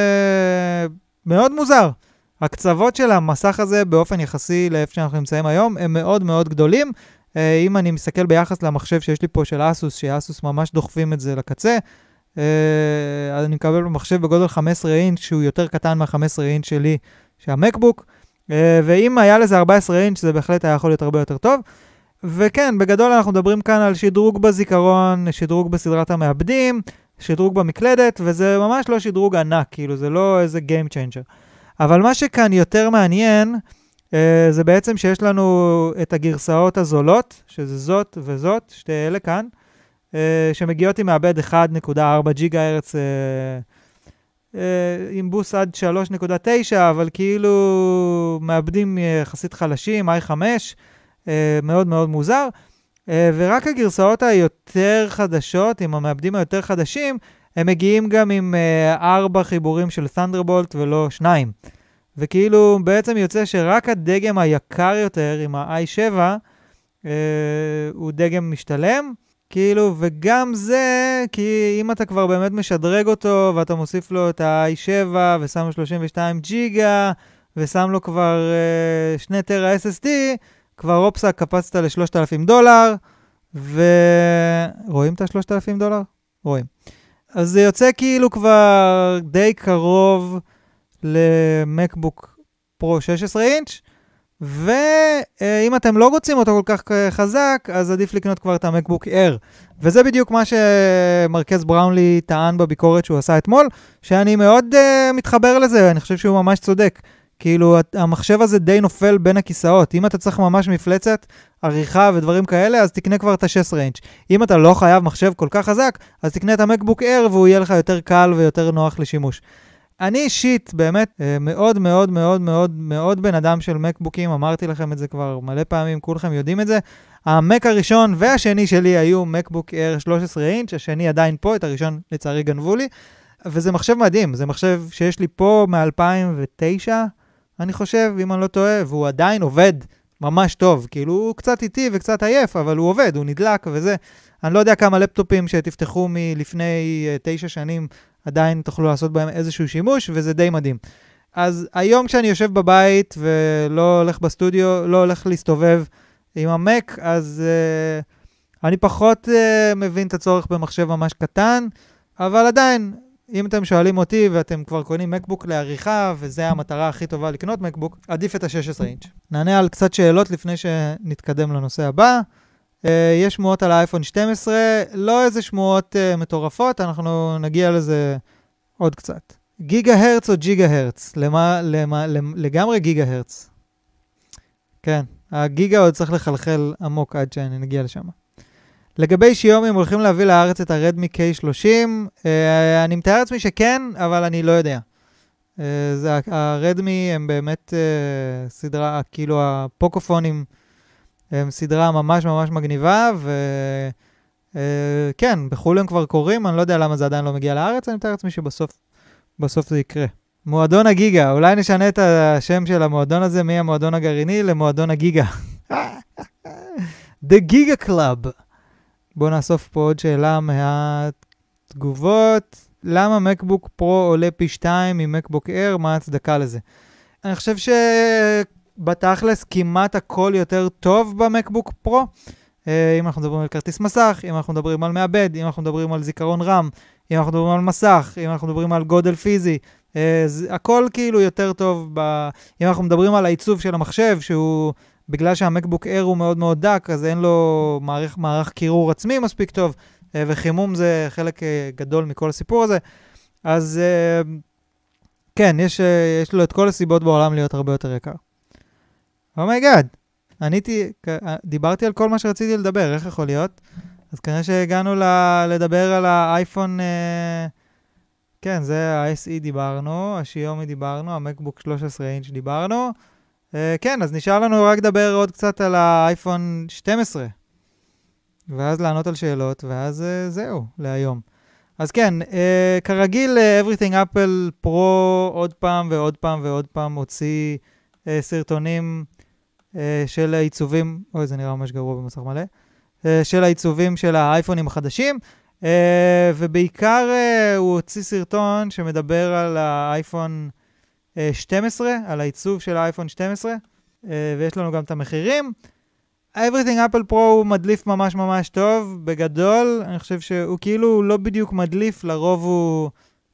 מאוד מוזר. הקצוות של המסך הזה באופן יחסי לאיפה שאנחנו נמצאים היום, הם מאוד מאוד גדולים. אם אני מסתכל ביחס למחשב שיש לי פה של אסוס, שאסוס ממש דוחפים את זה לקצה, אז אני מקבל במחשב בגודל חמש עשרה אינץ' שהוא יותר קטן מה-חמש עשרה אינץ' שלי, שהמקבוק, ואם היה לזה ארבע עשרה אינץ' זה בהחלט היה יכול להיות הרבה יותר טוב. וכן, בגדול אנחנו מדברים כאן על שדרוג בזיכרון, שדרוג בסדרת המעבדים, שדרוג במקלדת, וזה ממש לא שדרוג ענק, כאילו זה לא איזה game changer. אבל מה שכאן יותר מעניין, זה בעצם שיש לנו את הגרסאות הזולות, שזה זאת וזאת, שתי אלה כאן, שמגיעות עם מעבד אחד נקודה ארבע ג'יגה הרץ, עם בוס עד שלוש נקודה תשע, אבל כאילו מעבדים יחסית חלשים, איי חמש, מאוד מאוד מוזר, ורק הגרסאות היותר חדשות, עם המעבדים היותר חדשים, הם מגיעים גם עם ארבע חיבורים של Thunderbolt ולא שניים. וכאילו בעצם יוצא שרק הדגם היקר יותר עם ה-איי שבע אה, הוא דגם משתלם, כאילו, וגם זה, כי אם אתה כבר באמת משדרג אותו ואתה מוסיף לו את ה-איי שבע ושם לו שלושים ושתיים ג'יגה ושם לו כבר אה, שני טרה אס אס די, כבר אופסה קפצת ל-שלושת אלפים דולר, ורואים את ה-שלושת אלפים דולר? רואים. אז זה יוצא כאילו כבר די קרוב למקבוק פרו שש עשרה אינץ', ואם אתם לא רוצים אותו כל כך חזק, אז עדיף לקנות כבר את המקבוק אייר. וזה בדיוק מה שמרכז בראונלי טען בביקורת שהוא עשה אתמול, שאני מאוד uh, מתחבר לזה, אני חושב שהוא ממש צודק. כאילו, המחשב הזה די נופל בין הכיסאות. אם אתה צריך ממש מפלצת, עריכה ודברים כאלה, אז תקנה כבר את ה-שש עשרה אינץ'. אם אתה לא חייב מחשב כל כך חזק, אז תקנה את המקבוק אייר, והוא יהיה לך יותר קל ויותר נוח לשימוש. אני אישית, באמת, מאוד מאוד מאוד מאוד מאוד בן אדם של מקבוקים, אמרתי לכם את זה כבר מלא פעמים, כולכם יודעים את זה. המק הראשון והשני שלי היו מקבוק אייר שלוש עשרה אינץ', השני עדיין פה, את הראשון לצערי גנבו לי, וזה מחשב מדהים, זה מחשב שיש לי פה מ-אלפיים ותשע, אני חושב, אם אני לא טועה, והוא עדיין עובד ממש טוב, כאילו הוא קצת איטי וקצת עייף, אבל הוא עובד, הוא נדלק וזה. אני לא יודע כמה לפטופים שתפתחו מלפני תשע שנים, עדיין תוכלו לעשות בהם איזשהו שימוש, וזה די מדהים. אז היום כשאני יושב בבית ולא הולך בסטודיו, לא הולך להסתובב עם המק, אז uh, אני פחות uh, מבין את הצורך במחשב ממש קטן, אבל עדיין, אם אתם שואלים אותי ואתם כבר קונים מקבוק לעריכה, וזה המטרה הכי טובה לקנות מקבוק, עדיף את ה-שש עשרה אינץ'. נענה על קצת שאלות לפני שנתקדם לנושא הבא. Uh, יש שמועות על האייפון שתים עשרה, לא איזה שמועות uh, מטורפות, אנחנו נגיע לזה עוד קצת. גיגה הרץ או ג'יגה הרץ? למה, למה, לגמרי גיגה הרץ. כן, הגיגה עוד צריך לחלחל עמוק עד שאני נגיע לשם. לגבי שיומי, הם הולכים להביא לארץ את הרדמי קיי שלושים, uh, אני מתאר עצמי שכן, אבל אני לא יודע. Uh, זה, הרדמי הם באמת uh, סדרה, כאילו הפוקופונים, הם סדרה ממש ממש מגניבה, וכן, uh, בחול הם כבר קוראים, אני לא יודע למה זה עדיין לא מגיע לארץ, אני מתאר עצמי שבסוף בסוף זה יקרה. מועדון הגיגה, אולי נשנה את השם של המועדון הזה, מהמועדון הגרעיני למועדון הגיגה. The Giga Club. בואו נאסוף פה עוד שאלה מהתגובות. למה מקבוק פרו עולה פי שתיים ממקבוק אייר? מה ההצדקה לזה? אני חושב שבתכלס כמעט הכל יותר טוב במקבוק פרו. אם אנחנו מדברים על כרטיס מסך, אם אנחנו מדברים על מעבד, אם אנחנו מדברים על זיכרון רם, אם אנחנו מדברים על מסך, אם אנחנו מדברים על גודל פיזי, הכל כאילו יותר טוב. ב... אם אנחנו מדברים על העיצוב של המחשב, שהוא בגלל שהמקבוק אייר הוא מאוד מאוד דק, אז אין לו מערך, מערך קירור עצמי מספיק טוב, וחימום זה חלק גדול מכל הסיפור הזה. אז כן, יש, יש לו את כל הסיבות בעולם להיות הרבה יותר יקר. אומייגאד, עניתי, דיברתי על כל מה שרציתי לדבר, איך יכול להיות? אז כנראה שהגענו ל- לדבר על האייפון, אה, כן, זה ה-אס אי דיברנו, השיומי דיברנו, המקבוק שלוש עשרה אינץ' דיברנו, אה, כן, אז נשאר לנו רק לדבר עוד קצת על האייפון שתים עשרה, ואז לענות על שאלות, ואז אה, זהו, להיום. אז כן, אה, כרגיל, Everything Apple Pro עוד פעם ועוד פעם ועוד פעם הוציא אה, סרטונים אה, של העיצובים, אוי, זה נראה ממש גרוע במסך מלא, של העיצובים של האייפונים החדשים, ובעיקר הוא הוציא סרטון שמדבר על האייפון שתים עשרה, על העיצוב של האייפון שתים עשרה, ויש לנו גם את המחירים. Everything Apple Pro הוא מדליף ממש ממש טוב, בגדול, אני חושב שהוא כאילו לא בדיוק מדליף, לרוב הוא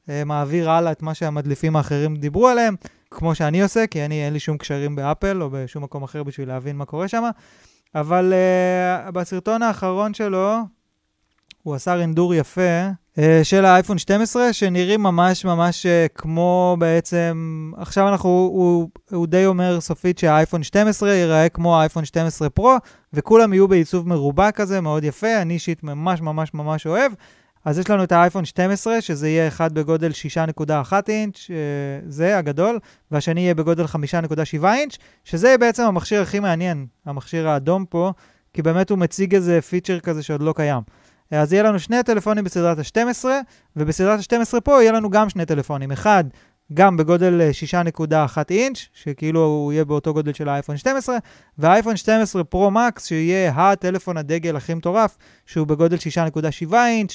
מעביר הלאה את מה שהמדליפים האחרים דיברו עליהם, כמו שאני עושה, כי אני אין לי שום קשרים באפל או בשום מקום אחר בשביל להבין מה קורה שם. אבל uh, בסרטון האחרון שלו, הוא עשה רנדור יפה uh, של האייפון שתים עשרה, שנראים ממש ממש uh, כמו בעצם, עכשיו אנחנו, הוא, הוא די אומר סופית שהאייפון שתים עשרה ייראה כמו האייפון שתים עשרה פרו, וכולם יהיו בעיצוב מרובע כזה, מאוד יפה, אני אישית ממש ממש ממש אוהב. אז יש לנו את האייפון שתים עשרה, שזה יהיה אחד בגודל שש נקודה אחת אינץ', זה הגדול, והשני יהיה בגודל חמש נקודה שבע אינץ', שזה בעצם המכשיר הכי מעניין, המכשיר האדום פה, כי באמת הוא מציג איזה פיצ'ר כזה שעוד לא קיים. אז יהיה לנו שני טלפונים בסדרת ה-שתים עשרה, ובסדרת ה-שתים עשרה פה יהיה לנו גם שני טלפונים, אחד גם בגודל שש נקודה אחת אינץ', שכאילו הוא יהיה באותו גודל של האייפון שתים עשרה, והאייפון שתים עשרה פרו מקס, שיהיה הטלפון הדגל הכי מטורף, שהוא בגודל שש נקודה שבע אינץ',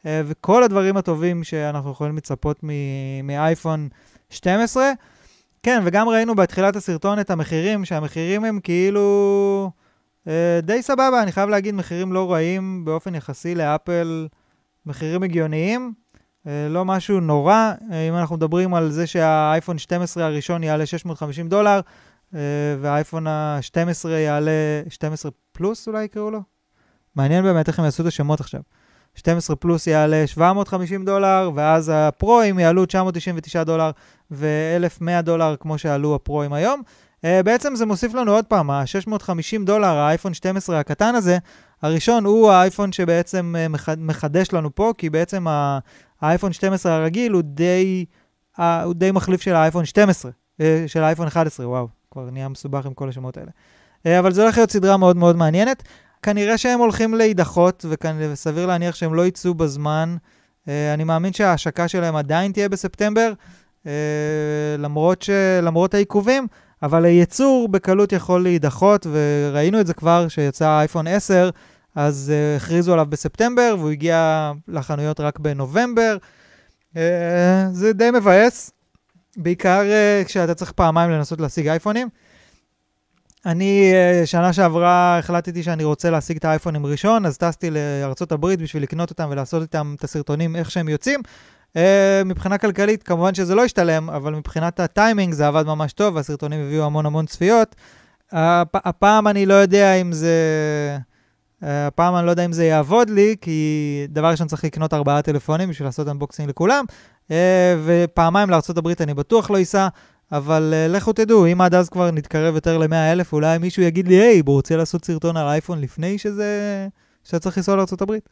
וכל הדברים הטובים שאנחנו יכולים לצפות מאייפון שתים עשרה. כן, וגם ראינו בתחילת הסרטון את המחירים, שהמחירים הם כאילו אה, די סבבה, אני חייב להגיד, מחירים לא רעים באופן יחסי לאפל, מחירים הגיוניים, אה, לא משהו נורא. אה, אם אנחנו מדברים על זה שהאייפון שתים עשרה הראשון יעלה שש מאות וחמישים דולר, אה, והאייפון ה-שתים עשרה יעלה שתים עשרה פלוס אולי יקראו לו. מעניין באמת איך הם יעשו את השמות עכשיו. שתים עשרה פלוס יעלה שבע מאות וחמישים דולר, ואז הפרוים יעלו תשע מאות תשעים ותשעה דולר ו-אלף ומאה דולר כמו שעלו הפרוים היום. Uh, בעצם זה מוסיף לנו עוד פעם, ה-שש מאות וחמישים דולר, האייפון שתים עשרה הקטן הזה, הראשון הוא האייפון שבעצם uh, מחדש לנו פה, כי בעצם האייפון שתים עשרה הרגיל הוא די הוא די מחליף של האייפון שתים עשרה, של האייפון אחת עשרה, וואו, כבר נהיה מסובך עם כל השמות האלה. אבל זה הולך להיות סדרה מאוד מאוד מעניינת. כנראה שהם הולכים להידחות, וסביר להניח שהם לא יצאו בזמן. אני מאמין שההשקה שלהם עדיין תהיה בספטמבר, למרות, ש... למרות העיכובים, אבל הייצור בקלות יכול להידחות, וראינו את זה כבר שיצא האייפון עשר, אז uh, הכריזו עליו בספטמבר, והוא הגיע לחנויות רק בנובמבר. Uh, זה די מבאס, בעיקר uh, כשאתה צריך פעמיים לנסות להשיג אייפונים. אני uh, שנה שעברה החלטתי שאני רוצה להשיג את האייפונים ראשון, אז טסתי לארצות הברית בשביל לקנות אותם ולעשות איתם את הסרטונים איך שהם יוצאים. Uh, מבחינה כלכלית, כמובן שזה לא השתלם, אבל מבחינת הטיימינג זה עבד ממש טוב, והסרטונים הביאו המון המון צפיות. הפ- הפעם אני לא יודע אם זה... הפעם אני לא יודע אם זה יעבוד לי, כי דבר ראשון צריך לקנות ארבעה טלפונים בשביל לעשות אנבוקסינג לכולם, ופעמיים לארצות הברית אני בטוח לא ייסע, אבל לכו תדעו, אם עד אז כבר נתקרב יותר ל-מאה אלף, אולי מישהו יגיד לי, היי, בוא רוצה לעשות סרטון על האייפון לפני שזה... שצריך לנסוע לארצות הברית.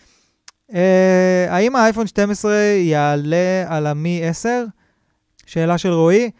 האם האייפון שתים עשרה יעלה על המי עשר? שאלה של רועי.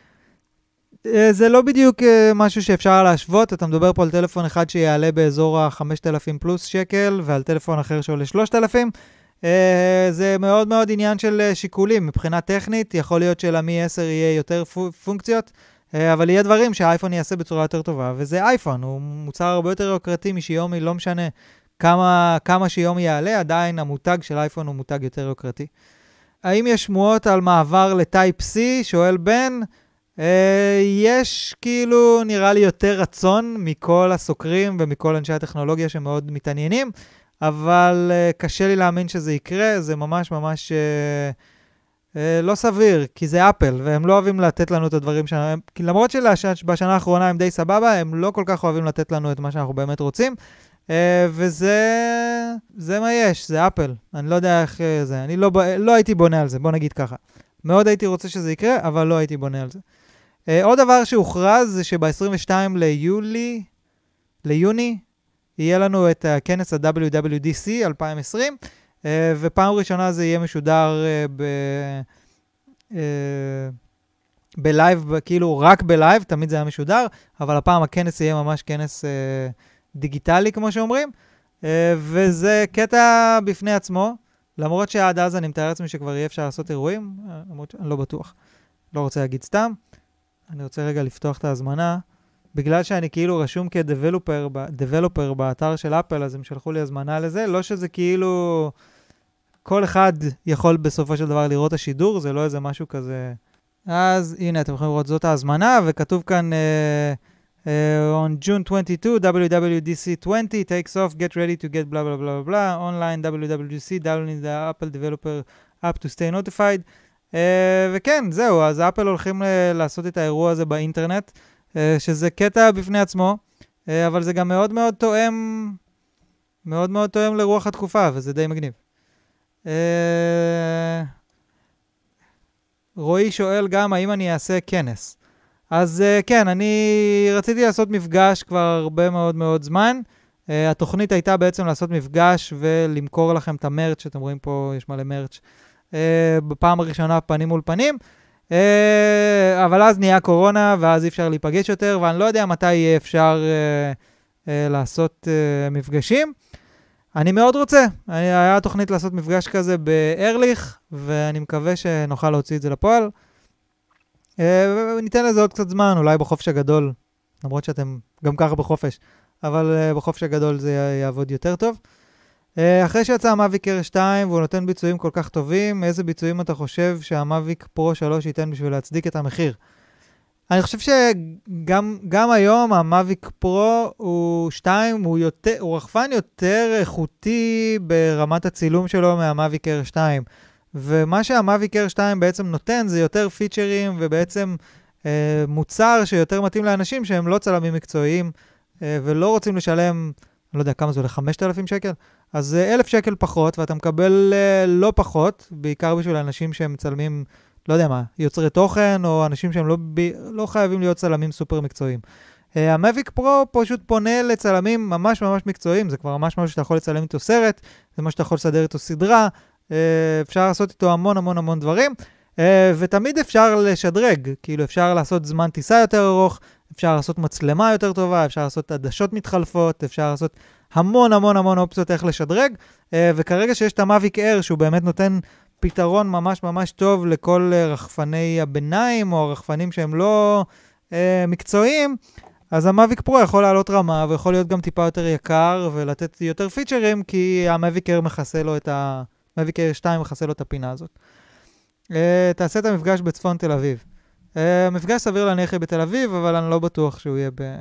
זה לא בדיוק משהו שאפשר להשוות, אתה מדבר פה על טלפון אחד שיעלה באזור ה-חמשת אלפים פלוס שקל, ועל טלפון אחר שעולה שלושת אלפים. זה מאוד מאוד עניין של שיקולים. מבחינה טכנית, יכול להיות שלמי עשר יהיה יותר פונקציות, אבל יהיה דברים שהאייפון יעשה בצורה יותר טובה, וזה אייפון, הוא מוצר הרבה יותר יוקרתי משיומי, לא משנה כמה, כמה שיומי יעלה, עדיין המותג של אייפון הוא מותג יותר יוקרתי. האם יש שמועות על מעבר לטייפ C? שואל בן. Uh, יש כאילו נראה לי יותר רצון מכל הסוקרים ומכל אנשי הטכנולוגיה שמאוד מתעניינים, אבל uh, קשה לי להאמין שזה יקרה, זה ממש ממש uh, uh, לא סביר, כי זה אפל, והם לא אוהבים לתת לנו את הדברים שלנו, כי למרות שבשנה האחרונה הם די סבבה, הם לא כל כך אוהבים לתת לנו את מה שאנחנו באמת רוצים, uh, וזה זה מה יש, זה אפל, אני לא יודע איך uh, זה, אני לא, לא הייתי בונה על זה, בוא נגיד ככה. מאוד הייתי רוצה שזה יקרה, אבל לא הייתי בונה על זה. Uh, עוד דבר שהוכרז זה שב-עשרים ושניים ליולי, ליוני, יהיה לנו את הכנס ה-דאבליו דאבליו די סי אלפיים עשרים, uh, ופעם ראשונה זה יהיה משודר uh, ב... Uh, בלייב, כאילו רק בלייב, תמיד זה היה משודר, אבל הפעם הכנס יהיה ממש כנס uh, דיגיטלי, כמו שאומרים, uh, וזה קטע בפני עצמו, למרות שעד אז אני מתאר לעצמי שכבר יהיה אפשר לעשות אירועים, למרות שאני לא בטוח. לא רוצה להגיד סתם. אני רוצה רגע לפתוח את ההזמנה. בגלל שאני כאילו רשום כדבלופר, דבלופר באתר של אפל, אז הם שלחו לי הזמנה לזה. לא שזה כאילו... כל אחד יכול בסופו של דבר לראות השידור, זה לא איזה משהו כזה... אז הנה, אתם יכולים לראות זאת ההזמנה, וכתוב כאן... Uh, uh, on June twenty-second, דאבליו דאבליו די סי twenty takes off, get ready to get blah blah blah blah, online דאבליו דאבליו די סי, downloading the Apple Developer App to stay notified. Uh, וכן, זהו, אז אפל הולכים ל- לעשות את האירוע הזה באינטרנט, uh, שזה קטע בפני עצמו, uh, אבל זה גם מאוד מאוד תואם, מאוד מאוד תואם לרוח התקופה, וזה די מגניב. Uh, רועי שואל גם, האם אני אעשה כנס? אז uh, כן, אני רציתי לעשות מפגש כבר הרבה מאוד מאוד זמן. Uh, התוכנית הייתה בעצם לעשות מפגש ולמכור לכם את המרץ' שאתם רואים פה, יש מלא מרץ'. Uh, בפעם הראשונה פנים מול פנים. Uh, אבל אז נהיה קורונה ואז אי אפשר להיפגש יותר, ואני לא יודע מתי יהיה אפשר uh, uh, לעשות uh, מפגשים. אני מאוד רוצה. אני, היה תוכנית לעשות מפגש כזה בארליך, ואני מקווה שנוכל להוציא את זה לפועל. וניתן לזה עוד קצת זמן, אולי בחופש הגדול, למרות שאתם גם ככה בחופש, אבל בחופש הגדול זה יעבוד יותר טוב. אחרי שיצא המאביק אייר שתיים והוא נותן ביצועים כל כך טובים, איזה ביצועים אתה חושב שהמאביק פרו שלוש ייתן בשביל להצדיק את המחיר? אני חושב שגם גם היום המאביק פרו הוא שתיים, הוא, יותר, הוא רחפן יותר איכותי ברמת הצילום שלו מהמאביק אייר שתיים. ומה שהמאביק אייר שתיים בעצם נותן זה יותר פיצ'רים ובעצם אה, מוצר שיותר מתאים לאנשים שהם לא צלמים מקצועיים אה, ולא רוצים לשלם, אני לא יודע כמה זה עולה, חמשת אלפים שקל? אז אה, אלף שקל פחות ואתה מקבל אה, לא פחות, בעיקר בשביל אנשים שהם מצלמים, לא יודע מה, יוצרי תוכן או אנשים שהם לא, ב, לא חייבים להיות צלמים סופר מקצועיים. אה, המאביק פרו פשוט פונה לצלמים ממש ממש מקצועיים, זה כבר ממש משהו שאתה יכול לצלם איתו סרט, זה מה שאתה יכול לסדר איתו סדרה, אפשר לעשות איתו המון המון המון דברים. ותמיד אפשר לשדרג, כאילו אפשר לעשות זמן טיסה יותר ארוך, אפשר לעשות מצלמה יותר טובה, אפשר לעשות עדשות מתחלפות, אפשר לעשות המון המון המון אופציות איך לשדרג, וכרגע שיש את המאביק אייר, שהוא באמת נותן פתרון ממש ממש טוב לכל רחפני הביניים, או רחפנים שהם לא מקצועיים, אז המאביק פרו יכול לעלות רמה, ויכול להיות גם טיפה יותר יקר, ולתת יותר פיצ'רים, כי המאביק אייר מכסה לו את ה... מאביק אייר שתיים מכסה לו את הפינה הזאת. Uh, תעשה את המפגש בצפון תל אביב. Uh, מפגש סביר להניח בתל אביב, אבל אני לא בטוח שהוא יהיה ב...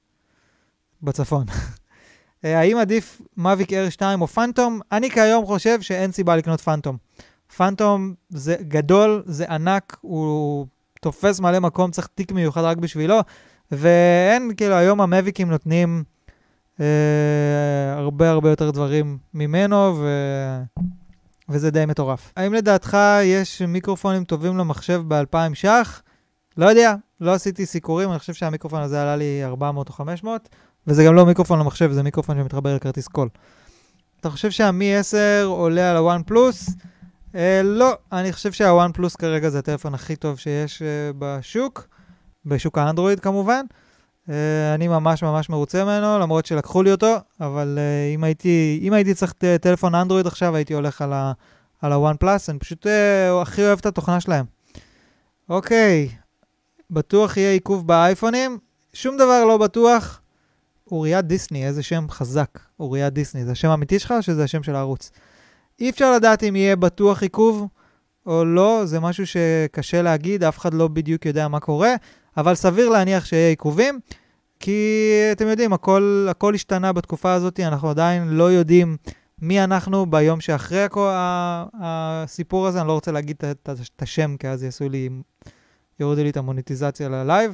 בצפון. uh, האם עדיף מאביק אייר שתיים או פנטום? אני כיום חושב שאין סיבה לקנות פנטום. פנטום זה גדול, זה ענק, הוא תופס מלא מקום, צריך תיק מיוחד רק בשבילו, ואין, כאילו, היום המאביקים נותנים uh, הרבה הרבה יותר דברים ממנו, ו... וזה די מטורף. האם לדעתך יש מיקרופונים טובים למחשב ב-אלפיים שח? לא יודע, לא עשיתי סיקורים, אני חושב שהמיקרופון הזה עלה לי ארבע מאות או חמש מאות, וזה גם לא מיקרופון למחשב, זה מיקרופון שמתחבר לכרטיס קול. אתה חושב שהמי עשר עולה על הוואן פלוס? אה, לא, אני חושב שהוואן פלוס כרגע זה הטלפון הכי טוב שיש אה, בשוק, בשוק האנדרואיד כמובן. אה, אני ממש ממש מרוצה ממנו, למרות שלקחו לי אותו, אבל אה, אם הייתי, אם הייתי צריך טלפון אנדרואיד עכשיו, הייתי הולך על ה, על הוואן פלוס, אני פשוט אה, הכי אוהב את התוכנה שלהם. אוקיי, בטוח יהיה עיכוב באייפונים, שום דבר לא בטוח. אוריה דיסני, איזה שם חזק, אוריה דיסני, זה השם האמיתי שלך או שזה השם של הערוץ? אי אפשר לדעת אם יהיה בטוח עיכוב או לא, זה משהו שקשה להגיד, אף אחד לא בדיוק יודע מה קורה, אבל סביר להניח שיהיה עיכובים, כי אתם יודעים, הכל, הכל השתנה בתקופה הזאת, אנחנו עדיין לא יודעים מי אנחנו ביום שאחרי הכל, הסיפור הזה, אני לא רוצה להגיד את, את השם, כי אז יעשו לי, יורידו לי את המוניטיזציה ללייב,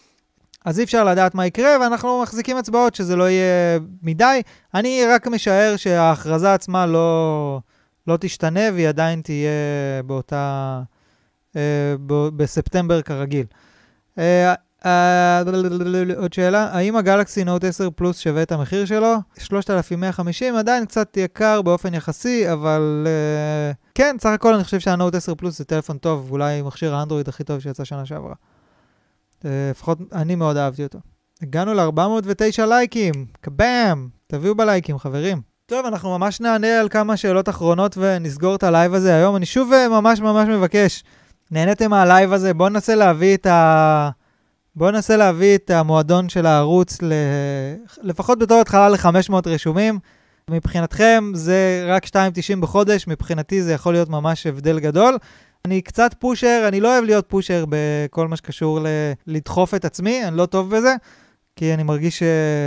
אז אי אפשר לדעת מה יקרה, ואנחנו מחזיקים הצבעות שזה לא יהיה מדי. אני רק משער שההכרזה עצמה לא, לא תשתנה, והיא עדיין תהיה באותה, אה, ב- בספטמבר כרגיל. אה, אה, עוד שאלה, האם הגלקסי נוט עשר פלוס שווה את המחיר שלו? שלושת אלפים מאה וחמישים, עדיין קצת יקר באופן יחסי, אבל אה, כן, סך הכל אני חושב שהנוט עשר פלוס זה טלפון טוב, אולי מכשיר האנדרואיד הכי טוב שיצא שנה שעברה. לפחות אני מאוד אהבתי אותו. הגענו ל-ארבע מאות ותשע לייקים, קבאם, תביאו בלייקים חברים. טוב, אנחנו ממש נענה על כמה שאלות אחרונות ונסגור את הלייב הזה היום. אני שוב ממש ממש מבקש, נהניתם מהלייב הזה, בואו ננסה להביא את ה... בואו ננסה להביא את המועדון של הערוץ, ל... לפחות בתור התחלה ל-חמש מאות רשומים. מבחינתכם זה רק שתיים תשעים בחודש, מבחינתי זה יכול להיות ממש הבדל גדול. אני קצת פושר, אני לא אוהב להיות פושר בכל מה שקשור ל- לדחוף את עצמי, אני לא טוב בזה, כי אני מרגיש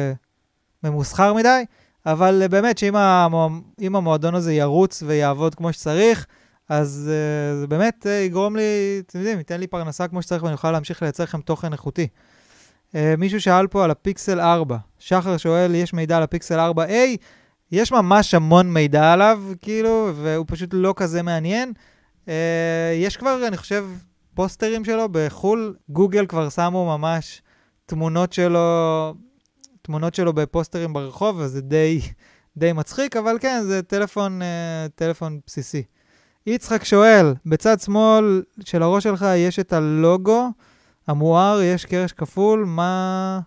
ממוסחר מדי, אבל באמת שאם המוע... המועדון הזה ירוץ ויעבוד כמו שצריך, אז uh, זה באמת uh, יגרום לי, אתם יודעים, ייתן לי פרנסה כמו שצריך, ואני אוכל להמשיך לייצר לכם תוכן איכותי. Uh, מישהו שאל פה על הפיקסל ארבע, שחר שואל, יש מידע על הפיקסל ארבע איי, יש ממש המון מידע עליו, כאילו, והוא פשוט לא כזה מעניין, Uh, יש כבר, אני חושב, פוסטרים שלו בחול, גוגל כבר שמו ממש תמונות שלו, תמונות שלו בפוסטרים ברחוב, אז זה די, די מצחיק, אבל כן, זה טלפון, uh, טלפון בסיסי. יצחק שואל, בצד שמאל של הראש שלך יש את הלוגו המואר, יש קרש כפול, מה,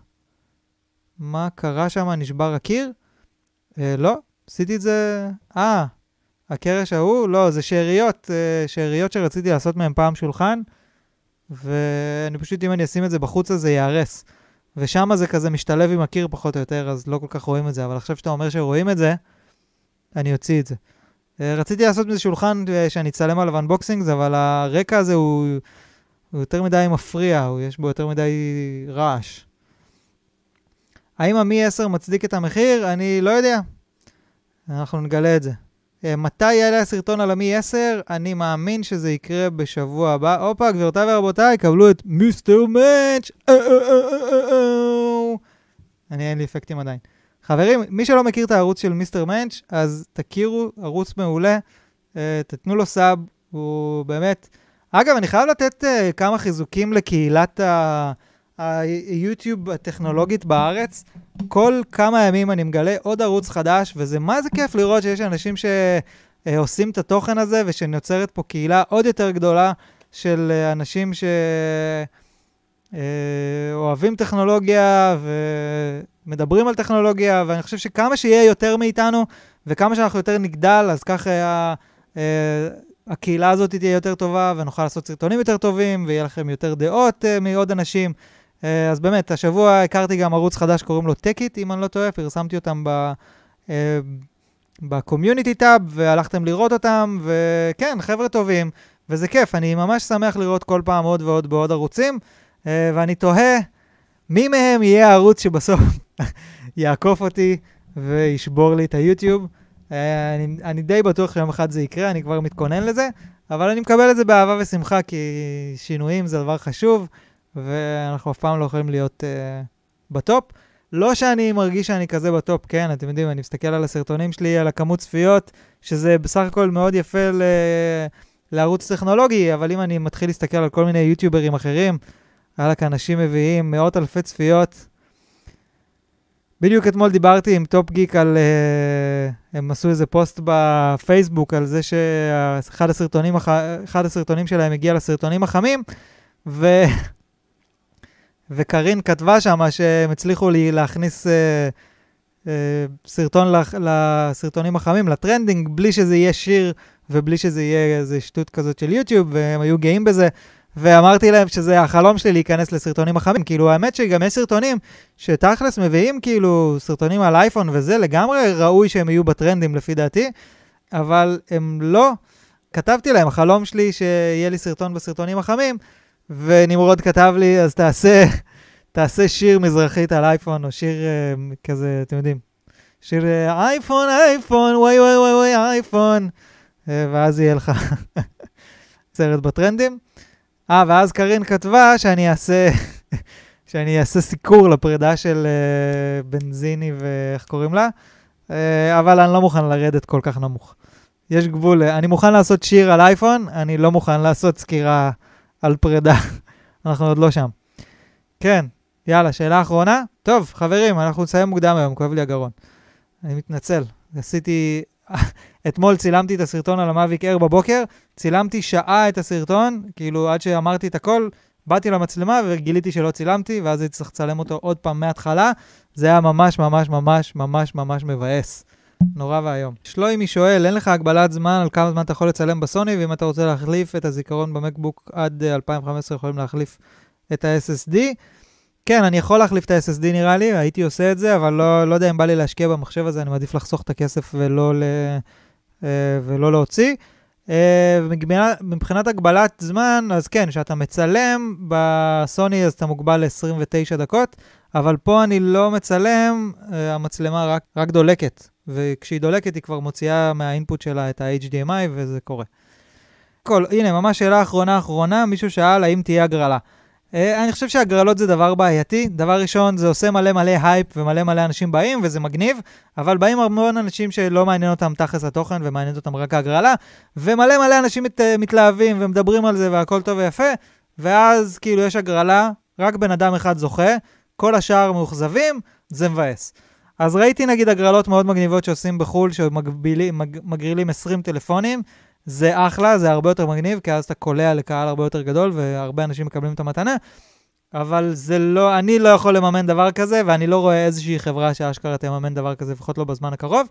מה קרה שם? נשבר הקיר? Uh, לא, עשיתי את זה, אה, הקרש ההוא, לא, זה שאריות, שאריות שרציתי לעשות מהם פעם שולחן, ואני פשוט, אם אני אשים את זה בחוץ, זה יערס. ושם זה כזה משתלב עם הקיר פחות או יותר, אז לא כל כך רואים את זה, אבל עכשיו שאתה אומר שרואים את זה, אני אוציא את זה. רציתי לעשות מזה שולחן שאני אצלם עליו אנבוקסינג, אבל הרקע הזה הוא, הוא יותר מדי מפריע, הוא יש בו יותר מדי רעש. האם המי עשר מצדיק את המחיר? אני לא יודע. אנחנו נגלה את זה. מתי יעלה הסרטון על המי עשר? אני מאמין שזה יקרה בשבוע הבא. אופה, גבירותיי ורבותיי, קבלו את מיסטר מאץ'. אני אין לי אפקטים עדיין. חברים, מי שלא מכיר את הערוץ של מיסטר מאץ', אז תכירו, ערוץ מעולה, תתנו לו סאב, הוא באמת... אגב, אני חייב לתת כמה חיזוקים לקהילת היוטיוב הטכנולוגית בארץ. כל כמה ימים אני מגלה עוד ערוץ חדש, וזה מה זה כיף לראות שיש אנשים שעושים את התוכן הזה, ושנוצרת פה קהילה עוד יותר גדולה של אנשים שאוהבים טכנולוגיה ומדברים על טכנולוגיה, ואני חושב שכמה שיהיה יותר מאיתנו, וכמה שאנחנו יותר נגדל, אז ככה הקהילה הזאת תהיה יותר טובה, ונוכל לעשות סרטונים יותר טובים, ויהיה לכם יותר דעות מעוד אנשים. אז באמת, השבוע הכרתי גם ערוץ חדש, קוראים לו טקית, אם אני לא טועה, פרסמתי אותם ב... בקומיוניטי טאב, והלכתם לראות אותם, וכן, חבר'ה טובים, וזה כיף, אני ממש שמח לראות כל פעם עוד ועוד בעוד ערוצים, ואני תוהה, מי מהם יהיה הערוץ שבסוף יעקוף אותי, וישבור לי את היוטיוב. אני, אני די בטוח שיום אחד זה יקרה, אני כבר מתכונן לזה, אבל אני מקבל את זה באהבה ושמחה, כי שינויים זה דבר חשוב, ואנחנו אף פעם לא יכולים להיות uh, בטופ. לא שאני מרגיש שאני כזה בטופ, כן, אתם יודעים, אני מסתכל על הסרטונים שלי, על הכמות צפיות, שזה בסך הכל מאוד יפה ל... לערוץ טכנולוגי, אבל אם אני מתחיל להסתכל על כל מיני יוטיוברים אחרים, היה כאן אנשים מביאים מאות אלפי צפיות. בדיוק אתמול דיברתי עם טופ גיק על, uh, הם עשו איזה פוסט בפייסבוק על זה שאחד הסרטונים, אחד הסרטונים שלהם הגיע לסרטונים החמים, ו... וקרין כתבה שמה שהם הצליחו לי להכניס uh, uh, סרטון לח... לסרטונים החמים, לטרנדינג, בלי שזה יהיה שיר ובלי שזה יהיה איזה שטות כזאת של יוטיוב, והם היו גאים בזה, ואמרתי להם שזה החלום שלי להיכנס לסרטונים החמים. כאילו האמת שגם יש סרטונים שתכלס מביאים כאילו סרטונים על אייפון וזה, לגמרי ראוי שהם יהיו בטרנדים לפי דעתי, אבל הם לא. כתבתי להם, החלום שלי שיהיה לי סרטון בסרטונים החמים, ונמרוד כתב לי, אז תעשה, תעשה שיר מזרחית על אייפון, או שיר uh, כזה, אתם יודעים, שיר uh, אייפון, אייפון, וואי וואי וואי וואי, אייפון, uh, ואז יהיה לך סרט בטרנדים. אה, ואז קרין כתבה שאני אעשה, שאני אעשה סיקור לפרידה של uh, בנזיני ואיך קוראים לה, uh, אבל אני לא מוכן לרדת כל כך נמוך. יש גבול, אני מוכן לעשות שיר על אייפון, אני לא מוכן לעשות סקירה על פרידה. אנחנו עוד לא שם. כן, יאללה, שאלה אחרונה. טוב, חברים, אנחנו נסיים מוקדם היום, כואב לי הגרון. אני מתנצל. עשיתי, אתמול צילמתי את הסרטון על המאביק אייר בבוקר, צילמתי שעה את הסרטון, כאילו עד שאמרתי את הכל, באתי למצלמה וגיליתי שלא צילמתי, ואז הייתי צריך לצלם אותו עוד פעם מההתחלה. זה היה ממש ממש ממש ממש ממש מבאס. נורא והיום. שלוימי שואל, אין לך הגבלת זמן על כמה זמן אתה יכול לצלם בסוני, ואם אתה רוצה להחליף את הזיכרון במקבוק עד אלפיים וחמש עשרה יכולים להחליף את ה-אס אס די. כן, אני יכול להחליף את ה-אס אס די נראה לי, הייתי עושה את זה, אבל לא, לא יודע אם בא לי להשקיע במחשב הזה, אני מעדיף לחסוך את הכסף ולא, ל, ולא להוציא. מבחינת הגבלת זמן, אז כן, שאתה מצלם בסוני אז אתה מוגבל ל-עשרים ותשע דקות, אבל פה אני לא מצלם, המצלמה רק, רק דולקת. וכשהיא דולקת היא כבר מוציאה מהאינפוט שלה את ה-אייץ' די אם איי וזה קורה. כל, הנה, ממש שאלה אחרונה אחרונה, מישהו שאל האם תהיה הגרלה. אה, אני חושב שהגרלות זה דבר בעייתי. דבר ראשון, זה עושה מלא מלא הייפ ומלא מלא אנשים באים וזה מגניב, אבל באים המון אנשים שלא מעניין אותם תחס התוכן ומעניין אותם רק הגרלה, ומלא מלא אנשים מת, מתלהבים ומדברים על זה והכל טוב ויפה, ואז כאילו יש הגרלה, רק בן אדם אחד זוכה, כל השאר מאוכזבים, זה מבאס. אז ראיתי נגיד הגרלות מאוד מגניבות שעושים בחול, שמגרילים עשרים טלפונים, זה אחלה, זה הרבה יותר מגניב, כי אז אתה קולע לקהל הרבה יותר גדול, והרבה אנשים מקבלים את המתנה, אבל זה לא, אני לא יכול לממן דבר כזה, ואני לא רואה איזושהי חברה שאשכרה תממן דבר כזה, לפחות לא בזמן הקרוב.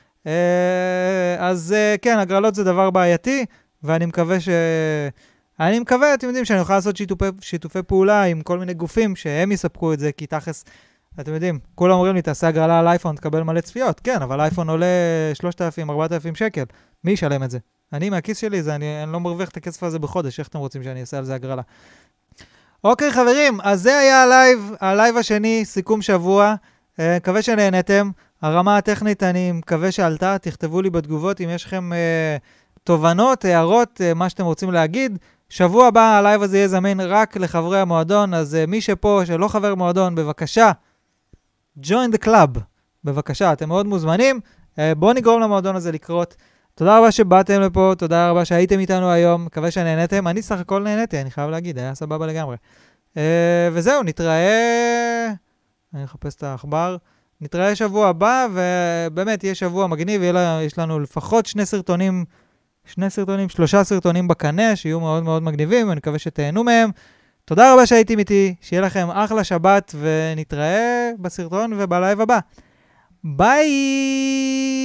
אז כן, הגרלות זה דבר בעייתי, ואני מקווה ש... אני מקווה, אתם יודעים, שאני אוכל לעשות שיתופי, שיתופי פעולה עם כל מיני גופים שהם יספקו את זה, כי תכלס, אתם יודעים, כולם אומרים לי, תעשה הגרלה על אייפון, תקבל מלא צפיות. כן, אבל אייפון עולה שלושת אלפים, ארבעת אלפים שקל. מי ישלם את זה? אני, מהכיס שלי, זה, אני, אני לא מרוויח את הכסף הזה בחודש. איך אתם רוצים שאני אעשה על זה הגרלה? אוקיי, חברים, אז זה היה הלייב, הלייב השני, סיכום שבוע. אה, מקווה שנהנתם. הרמה הטכנית, אני מקווה שעלתה. תכתבו לי בתגובות אם יש לכם אה, תובנות, הערות, אה, מה שאתם רוצים להגיד. שבוע הבא, הלייב הזה יהיה זמין רק לחברי המועדון, אז אה, מי שפה, שלא חבר מועדון, בבקשה, join the club. בבקשה, אתם מאוד מוזמנים. בואו נגרום למועדון הזה לקרות. תודה רבה שבאתם לפה, תודה רבה שהייתם איתנו היום, מקווה שנהנתם. אני סך הכל נהניתי, אני חייב להגיד, היה סבבה לגמרי. וזהו, נתראה, אני אחפש את האחבר, נתראה שבוע הבא, ובאמת יהיה שבוע מגניב, יש לנו לפחות שני סרטונים שני סרטונים, שלושה סרטונים בקנה, שיהיו מאוד מאוד מגניבים, אני מקווה שתהנו מהם. תודה רבה שהייתם איתי, שיהיה לכם אחלה שבת, ונתראה בסרטון ובלייב הבא. ביי!